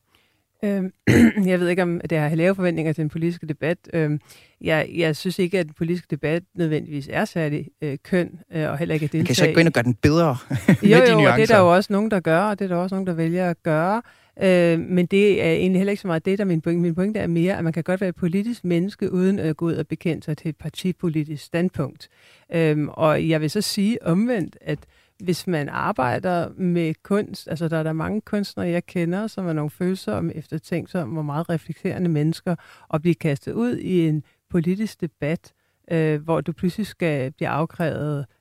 Jeg ved ikke, om det er at have lave forventninger til den politiske debat. Jeg synes ikke, at den politiske debat nødvendigvis er særlig køn, og heller ikke at deltage. Man kan så ikke gå ind og gøre den bedre med de nuancer? Jo, det er der jo også nogen, der gør, og det er der også nogen, der vælger at gøre. Men det er egentlig heller ikke så meget det, der er min pointe. Min pointe er mere, at man kan godt være et politisk menneske, uden at gå ud og bekende sig til et partipolitisk standpunkt. Og jeg vil så sige omvendt, at hvis man arbejder med kunst, altså der er der mange kunstnere, jeg kender, som er nogle følsomme, eftertænksomme og meget reflekterende mennesker, og bliver kastet ud i en politisk debat, hvor du pludselig skal blive afkrævet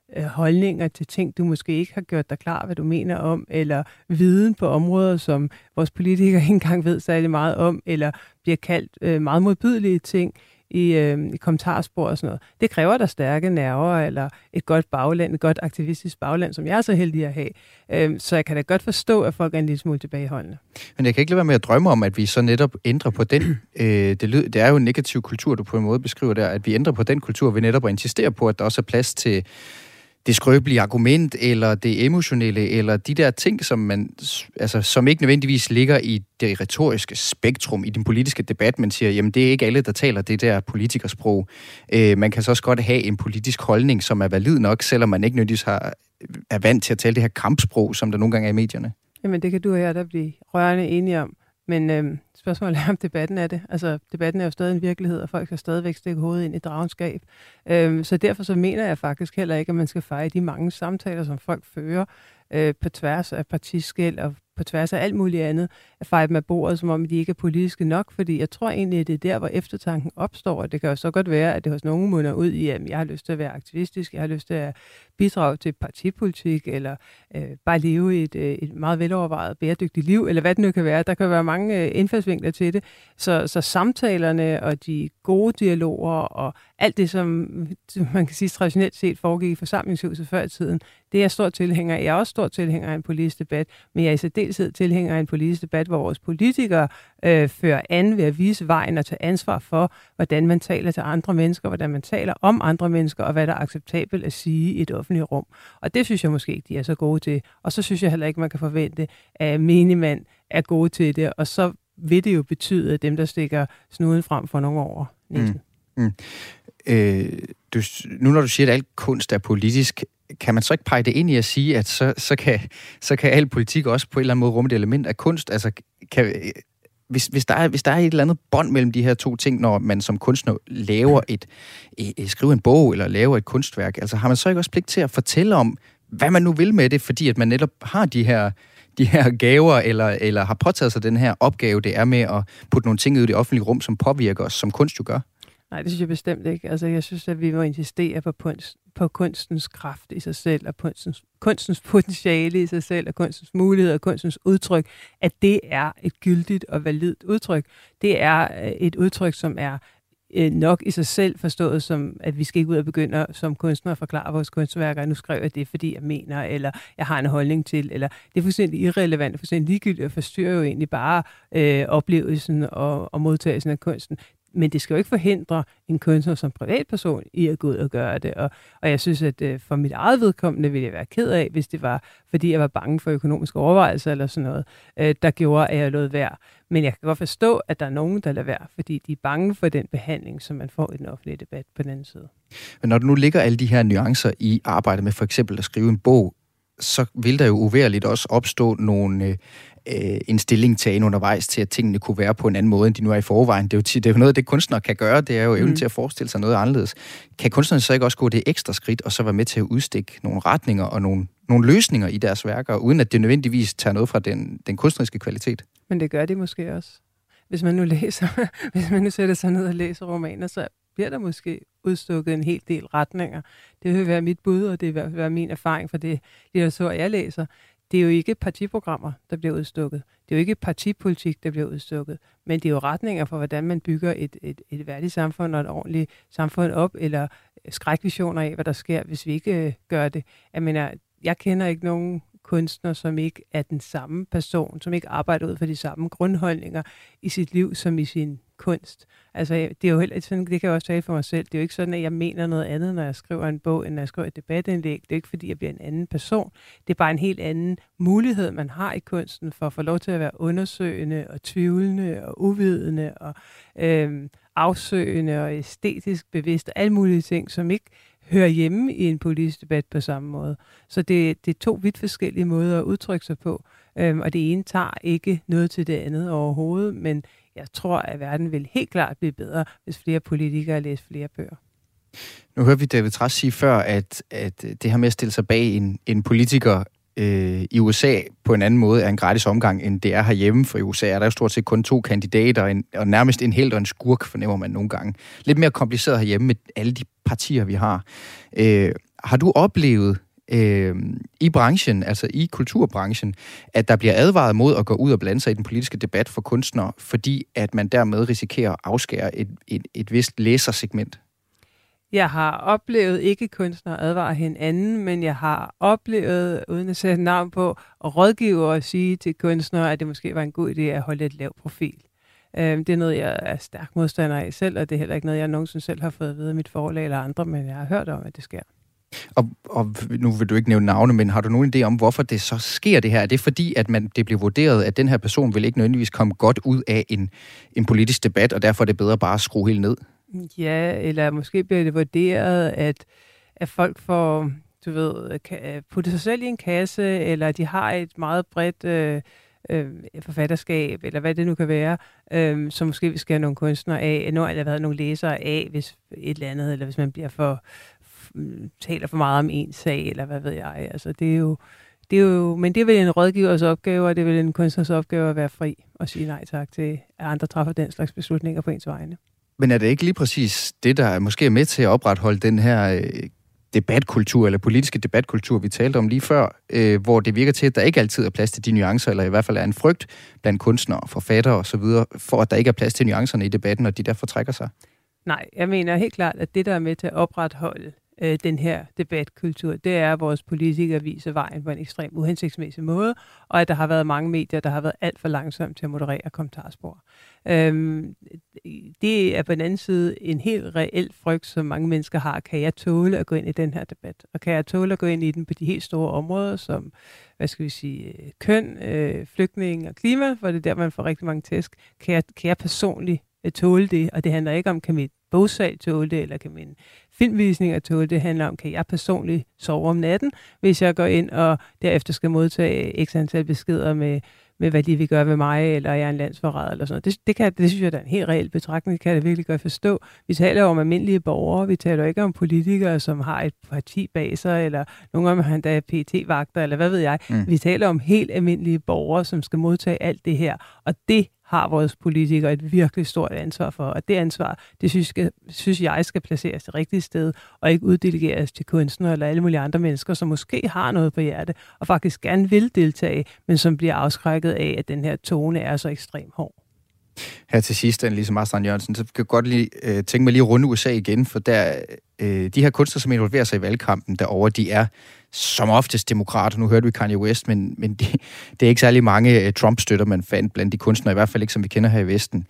holdninger til ting, du måske ikke har gjort dig klar, hvad du mener om, eller viden på områder, som vores politikere ikke engang ved særlig meget om, eller bliver kaldt meget modbydelige ting i kommentarspor og sådan noget. Det kræver der stærke nerver, eller et godt bagland, et godt aktivistisk bagland, som jeg er så heldig at have. Så jeg kan da godt forstå, at folk er en lille smule tilbageholdende. Men jeg kan ikke lade være med at drømme om, at vi så netop ændrer på den. Det er jo en negativ kultur, du på en måde beskriver der, at vi ændrer på den kultur ved netop at insistere på, at der også er plads til det skrøbelige argument, eller det emotionelle, eller de der ting, som ikke nødvendigvis ligger i det retoriske spektrum i den politiske debat. Man siger, jamen det er ikke alle, der taler det der politikersprog. Man kan så også godt have en politisk holdning, som er valid nok, selvom man ikke nødvendigvis er vant til at tale det her kampsprog, som der nogle gange er i medierne. Jamen det kan du og jeg da blive rørende enige om. Men spørgsmålet er, om debatten er det. Altså, debatten er jo stadig en virkelighed, og folk skal stadigvæk stikke hovedet ind i dragenskab. Så derfor så mener jeg faktisk heller ikke, at man skal fejre de mange samtaler, som folk fører på tværs af partiskel og på tværs af alt muligt andet, at fejre dem af bordet, som om de ikke er politiske nok, fordi jeg tror egentlig, at det er der, hvor eftertanken opstår, og det kan jo så godt være, at det hos nogen munder ud i, at jeg har lyst til at være aktivistisk, jeg har lyst til at bidrage til partipolitik, eller bare leve et meget velovervejet, bæredygtigt liv, eller hvad det nu kan være. Der kan være mange indfaldsvinkler til det. Så samtalerne og de gode dialoger og alt det, som man kan sige traditionelt set foregik i forsamlingshuset før i tiden, det er jeg stor tilhænger af. Jeg er også stor tilhænger af en politisk debat, men jeg er i særdeleshed tilhænger af en politisk debat, hvor vores politikere fører an ved at vise vejen og tage ansvar for, hvordan man taler til andre mennesker, hvordan man taler om andre mennesker, og hvad der er acceptabelt at sige i et offentligt rum. Og det synes jeg måske ikke, de er så gode til. Og så synes jeg heller ikke, man kan forvente, at menigmand er gode til det, og så vil det jo betyde, at dem, der stikker snuden frem for nogle over næsten. Nu når du siger, at al kunst er politisk, kan man så ikke pege det ind i at sige, at så kan al politik også på en eller anden måde rumme et element af kunst? Altså, hvis der er et eller andet bånd mellem de her to ting, når man som kunstner laver skriver en bog eller laver et kunstværk, altså har man så ikke også pligt til at fortælle om, hvad man nu vil med det, fordi at man netop har de her gaver, eller har påtaget sig den her opgave, det er med at putte nogle ting ud i det offentlige rum, som påvirker os, som kunst jo gør? Nej, det synes jeg bestemt ikke. Altså, jeg synes, at vi må insistere på kunstens kraft i sig selv, og kunstens potentiale i sig selv, og kunstens muligheder, og kunstens udtryk, at det er et gyldigt og validt udtryk. Det er et udtryk, som er nok i sig selv forstået som, at vi skal ikke ud og begynde som kunstnere at forklare vores kunstværker, nu skriver jeg det, fordi jeg mener, eller jeg har en holdning til, eller det er fuldstændig irrelevant, fuldstændig ligegyldigt, og forstyrrer jo egentlig bare oplevelsen og modtagelsen af kunsten. Men det skal jo ikke forhindre en kunstner som privatperson i at gå ud og gøre det. Og jeg synes, at for mit eget vedkommende ville jeg være ked af, hvis det var, fordi jeg var bange for økonomiske overvejelser eller sådan noget, der gjorde, at jeg lod være. Men jeg kan godt forstå, at der er nogen, der lader være, fordi de er bange for den behandling, som man får i den offentlige debat på den anden side. Men når du nu ligger alle de her nuancer i arbejdet med for eksempel at skrive en bog, så vil der jo uværligt også opstå en stillingtagen undervejs til, at tingene kunne være på en anden måde, end de nu er i forvejen. Det er jo noget af det, kunstnere kan gøre. Det er jo evnen til at forestille sig noget anderledes. Kan kunstnerne så ikke også gå det ekstra skridt, og så være med til at udstikke nogle retninger og nogle løsninger i deres værker, uden at det nødvendigvis tager noget fra den kunstneriske kvalitet? Men det gør de måske også. Hvis man nu sætter sig ned og læser romaner, så bliver der måske udstukket en hel del retninger. Det vil være mit bud, og det vil være min erfaring fra det litteratur, jeg læser. Det er jo ikke partiprogrammer, der bliver udstukket. Det er jo ikke partipolitik, der bliver udstukket. Men det er jo retninger for, hvordan man bygger et værdigt samfund og et ordentligt samfund op, eller skrækvisioner af, hvad der sker, hvis vi ikke gør det. Jeg kender ikke nogen kunstner, som ikke er den samme person, som ikke arbejder ud for de samme grundholdninger i sit liv som i sin kunst. Altså, det er jo heller sådan, det kan jeg også tale for mig selv. Det er jo ikke sådan, at jeg mener noget andet, når jeg skriver en bog, end når jeg skriver et debatindlæg. Det er ikke, fordi jeg bliver en anden person. Det er bare en helt anden mulighed, man har i kunsten for at få lov til at være undersøgende og tvivlende og uvidende og afsøgende og æstetisk bevidst og alle mulige ting, som ikke hører hjemme i en politisk debat på samme måde. Så det er to vidt forskellige måder at udtrykke sig på, og det ene tager ikke noget til det andet overhovedet, men jeg tror, at verden vil helt klart blive bedre, hvis flere politikere læser flere bøger. Nu hørte vi David Trads sige før, at det her med at stille sig bag en politiker i USA på en anden måde er en gratis omgang, end det er herhjemme. For i USA er der jo stort set kun 2 kandidater, og nærmest en helt og en skurk, fornemmer man nogle gange. Lidt mere kompliceret herhjemme med alle de partier, vi har. Har du oplevet i branchen, altså i kulturbranchen, at der bliver advaret mod at gå ud og blande sig i den politiske debat for kunstnere, fordi at man dermed risikerer at afskære et vist læsersegment? Jeg har oplevet ikke kunstnere advare hinanden, men jeg har oplevet, uden at sætte navn på, at rådgive og sige til kunstnere, at det måske var en god idé at holde et lav profil. Det er noget, jeg er stærk modstander af selv, og det er heller ikke noget, jeg nogensinde selv har fået at vide af mit forlag eller andre, men jeg har hørt om, at det sker. Og nu vil du ikke nævne navne, men har du nogen idé om, hvorfor det så sker det her? Er det fordi, at det bliver vurderet, at den her person vil ikke nødvendigvis komme godt ud af en politisk debat, og derfor er det bedre bare at skrue helt ned? Ja, eller måske bliver det vurderet, at folk får, putte sig selv i en kasse, eller de har et meget bredt forfatterskab, eller hvad det nu kan være, som måske vi skal have nogle kunstnere af, eller nogle læsere af, hvis et eller andet, eller hvis man bliver taler for meget om en sag, eller hvad ved jeg. Altså, det er jo, men det er vel en rådgivers opgave, og det er vel en kunstners opgave at være fri og sige nej tak til, at andre træffer den slags beslutninger på ens vegne. Men er det ikke lige præcis det, der måske er med til at opretholde den her debatkultur, eller politiske debatkultur, vi talte om lige før, hvor det virker til, at der ikke altid er plads til de nuancer, eller i hvert fald er en frygt blandt kunstnere, forfattere osv., for at der ikke er plads til nuancerne i debatten, og de derfor trækker sig? Nej, jeg mener helt klart, at det, der er med til at opretholde den her debatkultur, det er, at vores politikere viser vejen på en ekstremt uhensigtsmæssig måde, og at der har været mange medier, der har været alt for langsomt til at moderere kommentarspor. Det er på den anden side en helt reel frygt, som mange mennesker har. Kan jeg tåle at gå ind i den her debat? Og kan jeg tåle at gå ind i den på de helt store områder, som, køn, flygtning og klima, hvor det er der, man får rigtig mange tæsk. Kan jeg personligt tåle det? Og det handler ikke om, kan mit bogsal tåle det, eller kan min filmvisninger tåle det. Det handler om, kan jeg personligt sove om natten, hvis jeg går ind og derefter skal modtage x antal beskeder med hvad de vil gøre ved mig, eller jeg er en landsforræder, eller sådan noget. Det synes jeg, der er en helt reel betragtning. Det kan jeg da virkelig godt forstå. Vi taler om almindelige borgere, vi taler ikke om politikere, som har et parti bag sig, eller nogle af dem har endda PET-vagter, eller hvad ved jeg. Vi taler om helt almindelige borgere, som skal modtage alt det her, og det har vores politikere et virkelig stort ansvar for, og det ansvar, det synes jeg skal placeres det rigtige sted, og ikke uddelegeres til kunstnere eller alle mulige andre mennesker, som måske har noget på hjerte, og faktisk gerne vil deltage, men som bliver afskrækket af, at den her tone er så ekstremt hård. Her til sidst, Annelise Marstrand-Jørgensen, så kan jeg godt lige tænke mig lige at runde USA igen, for der, de her kunstnere, som involverer sig i valgkampen derovre, de er som oftest demokrater. Nu hørte vi Kanye West, men det er ikke særlig mange Trump-støtter, man fandt blandt de kunstnere, i hvert fald ikke, som vi kender her i Vesten.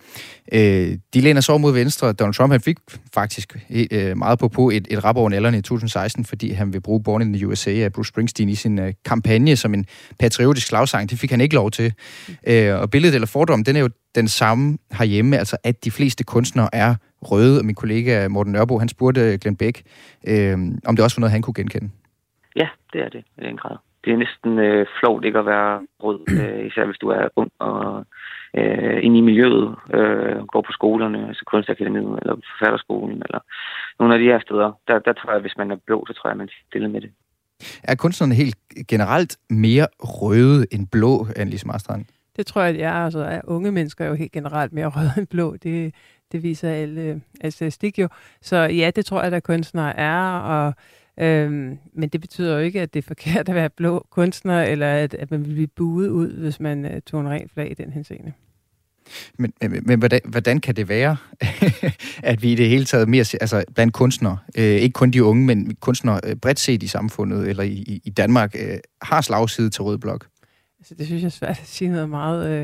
De læner sig over mod venstre. Donald Trump, han fik faktisk meget på et rap over nælderne i 2016, fordi han vil bruge Born in the USA af Bruce Springsteen i sin kampagne som en patriotisk slagsang. Det fik han ikke lov til. Og billedet eller fordommen, den er jo den samme herhjemme, altså at de fleste kunstnere er røde, og min kollega Morten Nørbo, han spurgte Glenn Beck, om det også var noget, han kunne genkende. Ja, det er det i den grad. Det er næsten flovt ikke at være rød, især hvis du er ung og inde i miljøet, går på skolerne, altså Kunstakademiet eller Forfatterskolen, eller nogle af de her steder. Der tror jeg, hvis man er blå, så tror jeg, man er stille med det. Er kunstnerne helt generelt mere røde end blå, Annelise Marstrand? Det tror jeg, at unge mennesker er jo helt generelt mere røde end blå. Det viser al statistik jo. Så ja, det tror jeg, at kunstnere er, men det betyder jo ikke, at det er forkert at være blå kunstner, eller at man vil blive buet ud, hvis man tog en ren flag i den henseende. Men hvordan kan det være, at vi i det hele taget mere, altså blandt kunstnere, ikke kun de unge, men kunstnere bredt set i samfundet, eller i Danmark, har slagside til rød blok? Altså, det synes jeg er svært at sige noget meget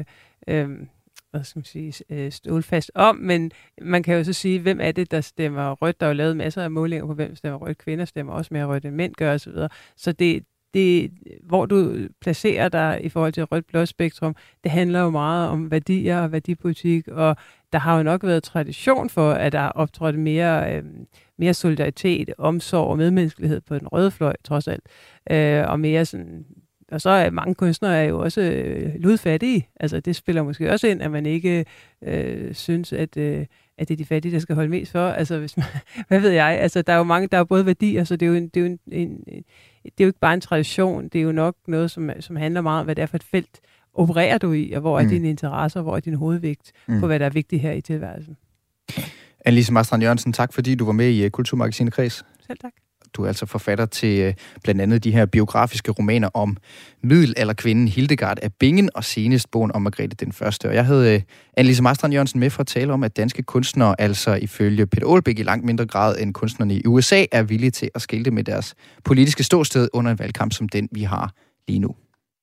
stålfast om, men man kan jo så sige, hvem er det, der stemmer rødt? Der er jo lavet masser af målinger på, hvem stemmer rødt. Kvinder stemmer også mere rødt, end mænd gør osv. Så det, hvor du placerer dig i forhold til rødt-blåt spektrum, det handler jo meget om værdier og værdipolitik, og der har jo nok været tradition for, at der er optrådt mere solidaritet, omsorg og medmenneskelighed på den røde fløj, trods alt. Og mere sådan. Og så er mange kunstnere jo også ludfattige. Altså det spiller måske også ind, at man ikke synes, at det er de fattige, der skal holde mest for. Altså hvis man, hvad ved jeg? Altså der er jo mange, der er både værdier, så det er jo ikke bare en tradition. Det er jo nok noget, som handler meget om, hvad det er for et felt opererer du i, og hvor er dine interesser, hvor er din hovedvægt på, hvad der er vigtigt her i tilværelsen. Annelise Marstrand-Jørgensen, tak fordi du var med i Kulturmagasinet Kreds. Selv tak. Du er altså forfatter til blandt andet de her biografiske romaner om middelalderkvinden Hildegard af Bingen, og senest bogen om Margrethe den Første. Og jeg havde Annelise Marstrand Jørgensen med for at tale om, at danske kunstnere, altså ifølge Peter Aalbæk i langt mindre grad end kunstnerne i USA, er villige til at skilte med deres politiske ståsted under en valgkamp som den, vi har lige nu.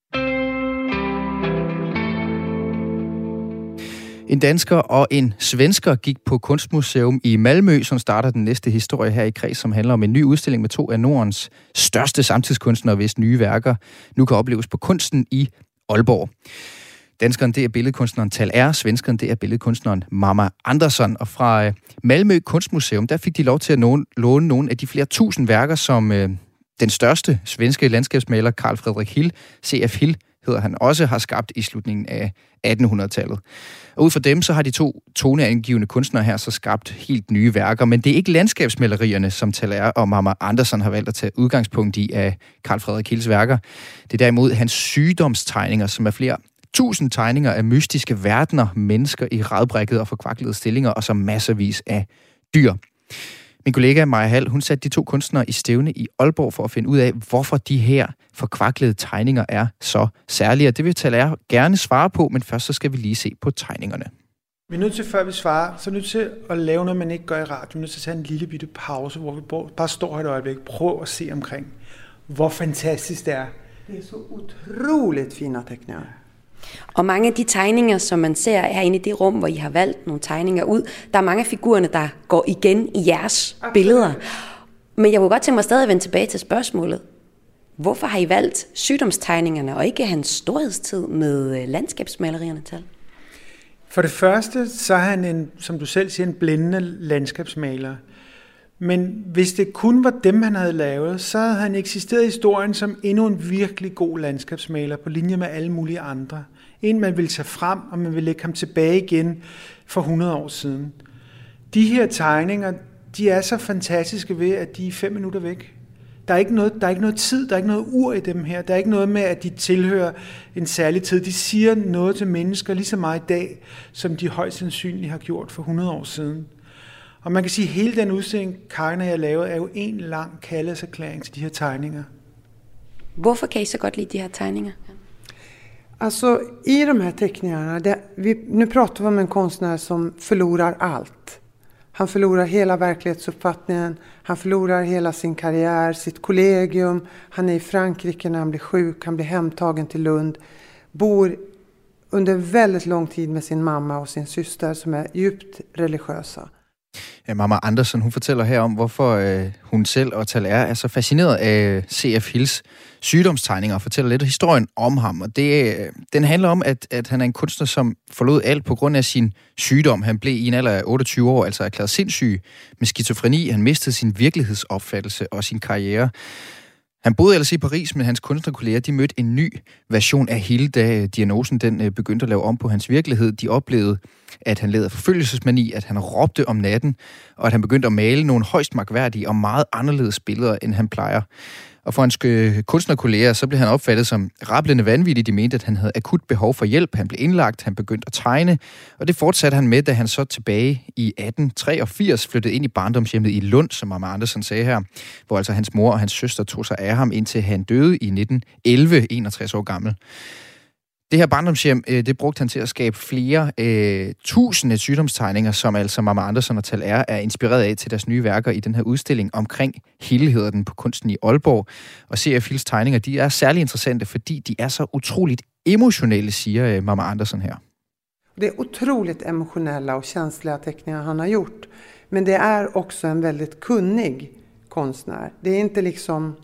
En dansker og en svensker gik på Kunstmuseum i Malmø, som starter den næste historie her i Kreds, som handler om en ny udstilling med 2 af Nordens største samtidskunstnere, hvis nye værker nu kan opleves på Kunsten i Aalborg. Danskeren, det er billedkunstneren Tal R. Svenskeren, det er billedkunstneren Mama Andersson. Og fra Malmø Kunstmuseum, der fik de lov til at låne nogle af de flere tusind værker, som den største svenske landskabsmaler Carl Fredrik Hill, C.F. Hill, hedder han, også har skabt i slutningen af 1800-tallet. Og ud fra dem, så har de 2 toneangivende kunstnere her så skabt helt nye værker, men det er ikke landskabsmalerierne, som Tal R. og Mama Andersson har valgt at tage udgangspunkt i af Carl Fredrik Hills værker. Det er derimod hans sygdomstegninger, som er flere 1000 tegninger af mystiske verdener, mennesker i radbrækkede og forkvaklede stillinger, og så masservis af dyr. Min kollega Maja Hall, hun satte de 2 kunstnere i stævne i Aalborg for at finde ud af, hvorfor de her forkvaklede tegninger er så særlige. Det vil Tal R. gerne svare på, men først så skal vi lige se på tegningerne. Vi er nødt til, før vi svarer, så er nødt til at lave noget, man ikke gør i radio. Vi er nødt til at tage en lille bitte pause, hvor vi bare står her et øjeblik. Prøv at se omkring, hvor fantastisk det er. Det er så utroligt fine tegninger. Og mange af de tegninger, som man ser herinde i det rum, hvor I har valgt nogle tegninger ud, der er mange af figurerne, der går igen i jeres billeder. Men jeg kunne godt tænke mig stadig at vende tilbage til spørgsmålet. Hvorfor har I valgt sygdomstegningerne, og ikke hans storhedstid med landskabsmalerierne til? For det første, så er han som du selv siger, en blændende landskabsmaler. Men hvis det kun var dem, han havde lavet, så havde han eksisteret i historien som endnu en virkelig god landskabsmaler, på linje med alle mulige andre. En, man ville tage frem, og man ville lægge ham tilbage igen for 100 år siden. De her tegninger, de er så fantastiske ved, at de er 5 minutter væk. Der er ikke noget tid, der er ikke noget ur i dem her. Der er ikke noget med, at de tilhører en særlig tid. De siger noget til mennesker lige så meget i dag, som de højst sandsynligt har gjort for 100 år siden. Og man kan sige, at hele den udstilling, Karin og jeg lavede, er jo en lang kærlighedserklæring til de her tegninger. Hvorfor kan I så godt lide de her tegninger? Alltså i de här teckningarna, nu pratar vi om en konstnär som förlorar allt. Han förlorar hela verklighetsuppfattningen, han förlorar hela sin karriär, sitt kollegium, han är i Frankrike när han blir sjuk, han blir hemtagen till Lund, bor under väldigt lång tid med sin mamma och sin syster som är djupt religiösa. Ja, Mama Andersson, hun fortæller her om, hvorfor hun selv og Tal R. er så fascineret af C.F. Hills sygdomstegninger, og fortæller lidt historien om ham. Og den handler om, at han er en kunstner, som forlod alt på grund af sin sygdom. Han blev i en alder af 28 år, altså erklæret sindssyg med skizofreni. Han mistede sin virkelighedsopfattelse og sin karriere. Han boede ellers i Paris, men hans kunstnerkolleger, de mødte en ny version af Hill, da diagnosen den begyndte at lave om på hans virkelighed. De oplevede, at han led af forfølgelsesmani, at han råbte om natten, og at han begyndte at male nogle højst mærkværdige og meget anderledes billeder, end han plejer. Og for hans kunstnerkolleger, så blev han opfattet som rablende vanvittig. De mente, at han havde akut behov for hjælp. Han blev indlagt, han begyndte at tegne, og det fortsatte han med, da han så tilbage i 1883 flyttede ind i barndomshjemmet i Lund, som Mama Andersson sagde her, hvor altså hans mor og hans søster tog sig af ham, indtil han døde i 1911, 61 år gammel. Det her barndomshjem, det brugte han til at skabe flere tusinde sygdomstegninger, som altså Mama Andersson og Tal R. er inspireret af til deres nye værker i den her udstilling omkring Hill, hedder den, på Kunsten i Aalborg. Og C.F. Hills tegninger, de er særlig interessante, fordi de er så utroligt emotionelle, siger Mama Andersson her. Det är otroligt emotionella och känsliga teckningar han har gjort. Men det är också en väldigt kunnig konstnär. Det är inte liksom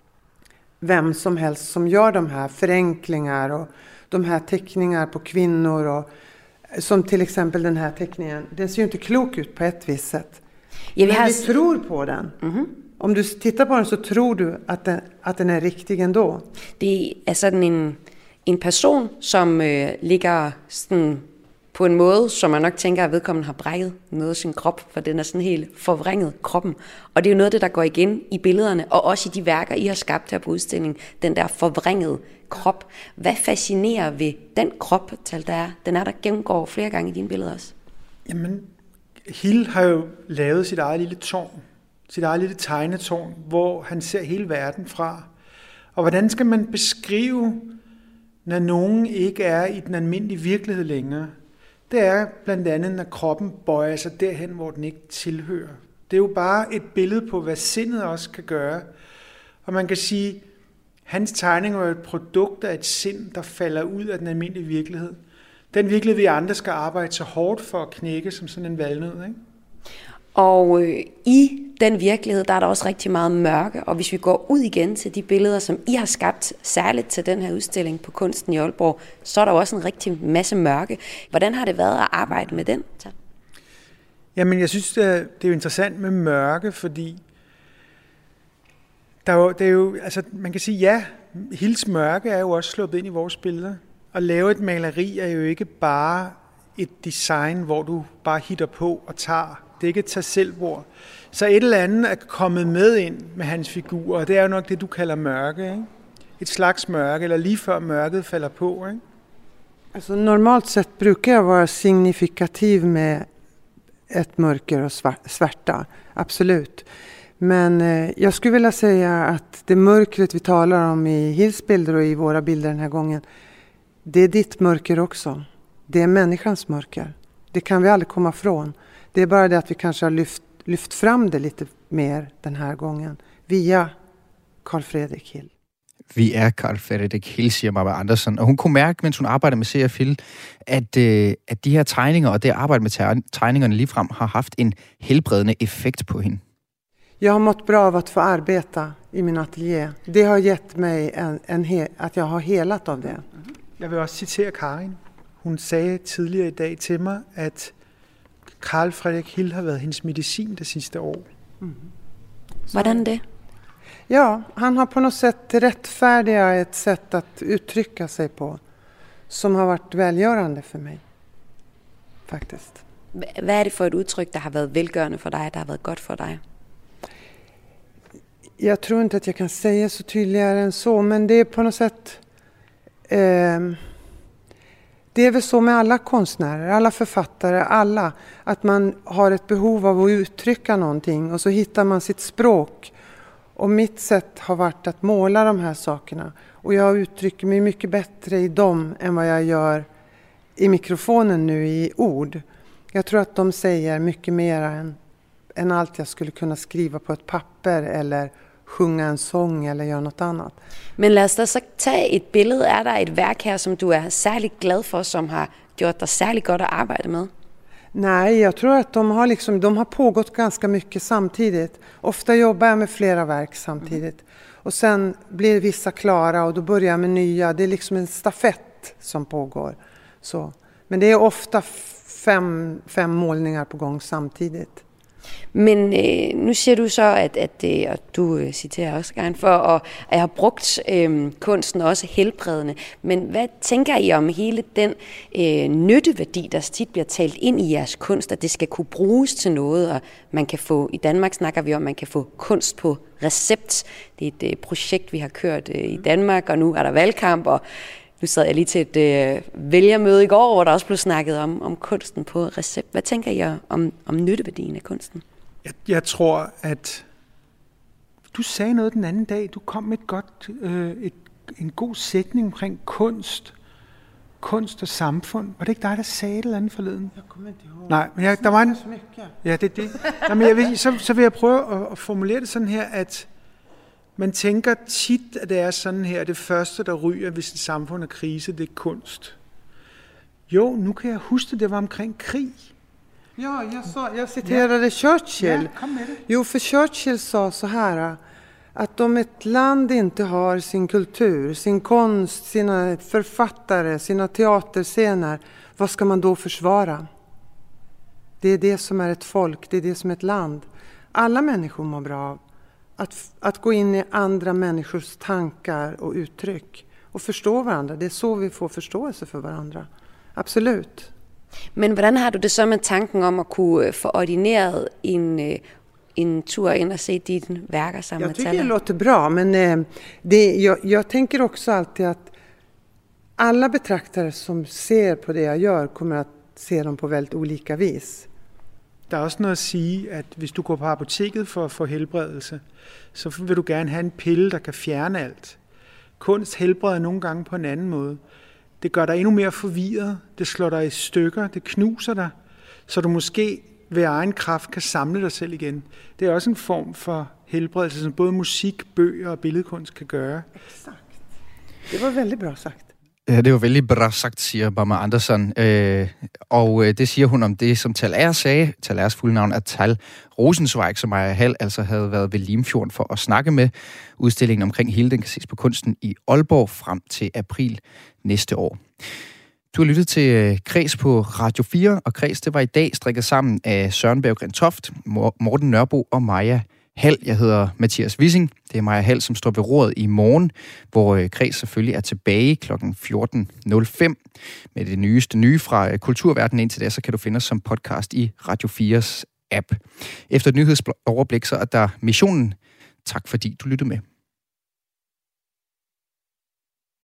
vem som helst som gör de här förenklingar och de här teckningar på kvinnor och som till exempel den här teckningen. Den ser ju inte klok ut på ett visst sätt. Ja, men vi tror på den. Mm-hmm. Om du tittar på den så tror du att den är riktig ändå. Det er sådan en person, som ligger sådan på en måde, som man nok tænker, at vedkommende har brækket noget af sin krop, for den er sådan helt forvrænget kroppen. Og det er jo noget af det, der går igen i billederne, og også i de værker, I har skabt her på udstillingen, den der forvrængede krop. Hvad fascinerer ved den krop, Tal R.? Den er der gennemgår flere gange i dine billeder også. Jamen, Hill har jo lavet sit eget lille tårn sit eget lille tegnetårn, hvor han ser hele verden fra. Og hvordan skal man beskrive, når nogen ikke er i den almindelige virkelighed længere? Det er blandt andet, når kroppen bøjer sig derhen, hvor den ikke tilhører. Det er jo bare et billede på, hvad sindet også kan gøre. Og man kan sige, hans tegning er et produkt af et sind, der falder ud af den almindelige virkelighed. Den virkelighed, vi andre skal arbejde så hårdt for at knække som sådan en valnød, ikke? Og i den virkelighed, der er der også rigtig meget mørke, og hvis vi går ud igen til de billeder, som I har skabt særligt til den her udstilling på Kunsten i Aalborg, så er der også en rigtig masse mørke. Hvordan har det været at arbejde med den? Jamen, jeg synes, det er jo interessant med mørke, fordi det er jo, altså man kan sige, ja, Hills mørke er jo også sluppet ind i vores billeder. At lave et maleri er jo ikke bare et design, hvor du bare hitter på og tager. Det er ikke et tag selvbord. Så et eller andet er kommet med ind med hans figur, og det er jo nok det, du kalder mørke, ikke? Et slags mørke, eller lige før mørket falder på, ikke? Alltså, normalt sett brukar jag vara signifikativ med ett mörker och svärta, absolut. Men jag skulle vilja säga att det mörkret vi talar om i Hills bilder och i våra bilder den här gången, det är ditt mörker också. Det är människans mörker. Det kan vi aldrig komma ifrån. Det är bara det att vi kanske har lyft fram det lite mer den här gången via Carl Fredrik Hill. Vi er Carl Fredrik Hill, siger Mama Andersson. Og hun kunne mærke, mens hun arbejder med C.F. Hill, at de her tegninger og det arbejde med tegningerne ligefrem har haft en helbredende effekt på hende. Jag har mått bra av att få arbeta i min atelier. Det har gett mig att jag har helat av det. Jeg vil også citere Karin. Hun sagde tidligere i dag til mig, at Carl Fredrik Hill har været hendes medicin det sidste år. Hvordan det? Ja, han har på något sätt rättfärdiga ett sätt att uttrycka sig på som har varit välgörande för mig, faktiskt. Hvad er det for et udtryk, der har været velgørende for dig, der har været godt for dig? Jag tror inte att jag kan säga så tydligare än så, men det är på något sätt... det är väl så med alla konstnärer, alla författare, alla. Att man har ett behov av att uttrycka någonting och så hittar man sitt språk. Och mitt sätt har varit att måla de här sakerna. Och jag uttrycker mig mycket bättre i dem än vad jag gör i mikrofonen nu i ord. Jag tror att de säger mycket mer än allt jag skulle kunna skriva på ett papper eller sjunga en sång eller göra något annat. Men lad os da så tage et billede. Er der et værk her, som du er særlig glad for, som har gjort dig særlig godt at arbejde med? Nej, jag tror att de har pågått ganska mycket samtidigt. Ofta jobbar jag med flera verk samtidigt. Och sen blir vissa klara och då börjar jag med nya. Det är liksom en stafett som pågår. Så. Men det är ofta fem målningar på gång samtidigt. Men nu siger du så, at og du citerer også gerne for, at jeg har brugt kunsten også helbredende. Men hvad tænker I om hele den nytteværdi, der tit bliver talt ind i jeres kunst, at det skal kunne bruges til noget, og man kan få, i Danmark snakker vi om, at man kan få kunst på recept. Det er et projekt, vi har kørt i Danmark, og nu er der valgkamp, og nu sad jeg lige til et vælgermøde i går, hvor der også blev snakket om kunsten på recept. Hvad tænker I om nytteværdien af kunsten? Jeg tror, at du sagde noget den anden dag. Du kom med en god sætning omkring kunst og samfund. Var det ikke dig, der sagde det eller andet forleden? Jeg kommer ikke ihåg. Nej, men der var en... Ja, det er det. Nå, men så vil jeg prøve at formulere det sådan her, at man tænker tit, at det er sådan her, det første, der ryger, hvis et samfund er krise, det er kunst. Jo, nu kan jeg huske, det var omkring krig. Ja, jag citerade Churchill. Ja, kom med det. Jo, för Churchill sa så här, att om ett land inte har sin kultur, sin konst, sina författare, sina teaterscener, vad ska man då försvara? Det är det som är ett folk, det är det som är ett land. Alla människor mår bra av att gå in i andra människors tankar och uttryck och förstå varandra. Det är så vi får förståelse för varandra. Absolut. Men hvordan har du det så med tanken om at kunne få ordineret en tur ind og se dine værker sammen med Taller? Jag tycker det låter bra, men jag tänker också alltid att alla betraktare som ser på det jag gör kommer att se dem på väldigt olika vis. Der er også noget at sige, at hvis du går på apoteket for at få helbredelse, så vil du gerne have en pille, der kan fjerne alt. Kunst helbreder nogle gange på en anden måde. Det gør dig endnu mere forvirret, det slår dig i stykker, det knuser dig, så du måske ved egen kraft kan samle dig selv igen. Det er også en form for helbredelse, som både musik, bøger og billedkunst kan gøre. Exakt. Det var veldig bra sagt. Ja, det var vældig bra sagt, siger Mama Andersson. Og det siger hun om det, som Tal Air sagde. Tal Airs fulde navn er Tal Rosenzweig, som Maja Hall altså havde været ved Limfjorden for at snakke med. Udstillingen omkring hele den kan ses på Kunsten i Aalborg frem til april næste år. Du har lyttet til Kreds på Radio 4, og Kreds, det var i dag strikket sammen af Søren Berggren Toft, Morten Nørbo og Maja Hall. Jeg hedder Mathias Wissing. Det er Maja Hall, som står ved roret i morgen, hvor Kreds selvfølgelig er tilbage kl. 14.05 med det nyeste nye fra kulturverdenen. Indtil da, så kan du finde os som podcast i Radio 4's app. Efter et nyhedsoverblik, så er der Missionen. Tak fordi du lyttede med.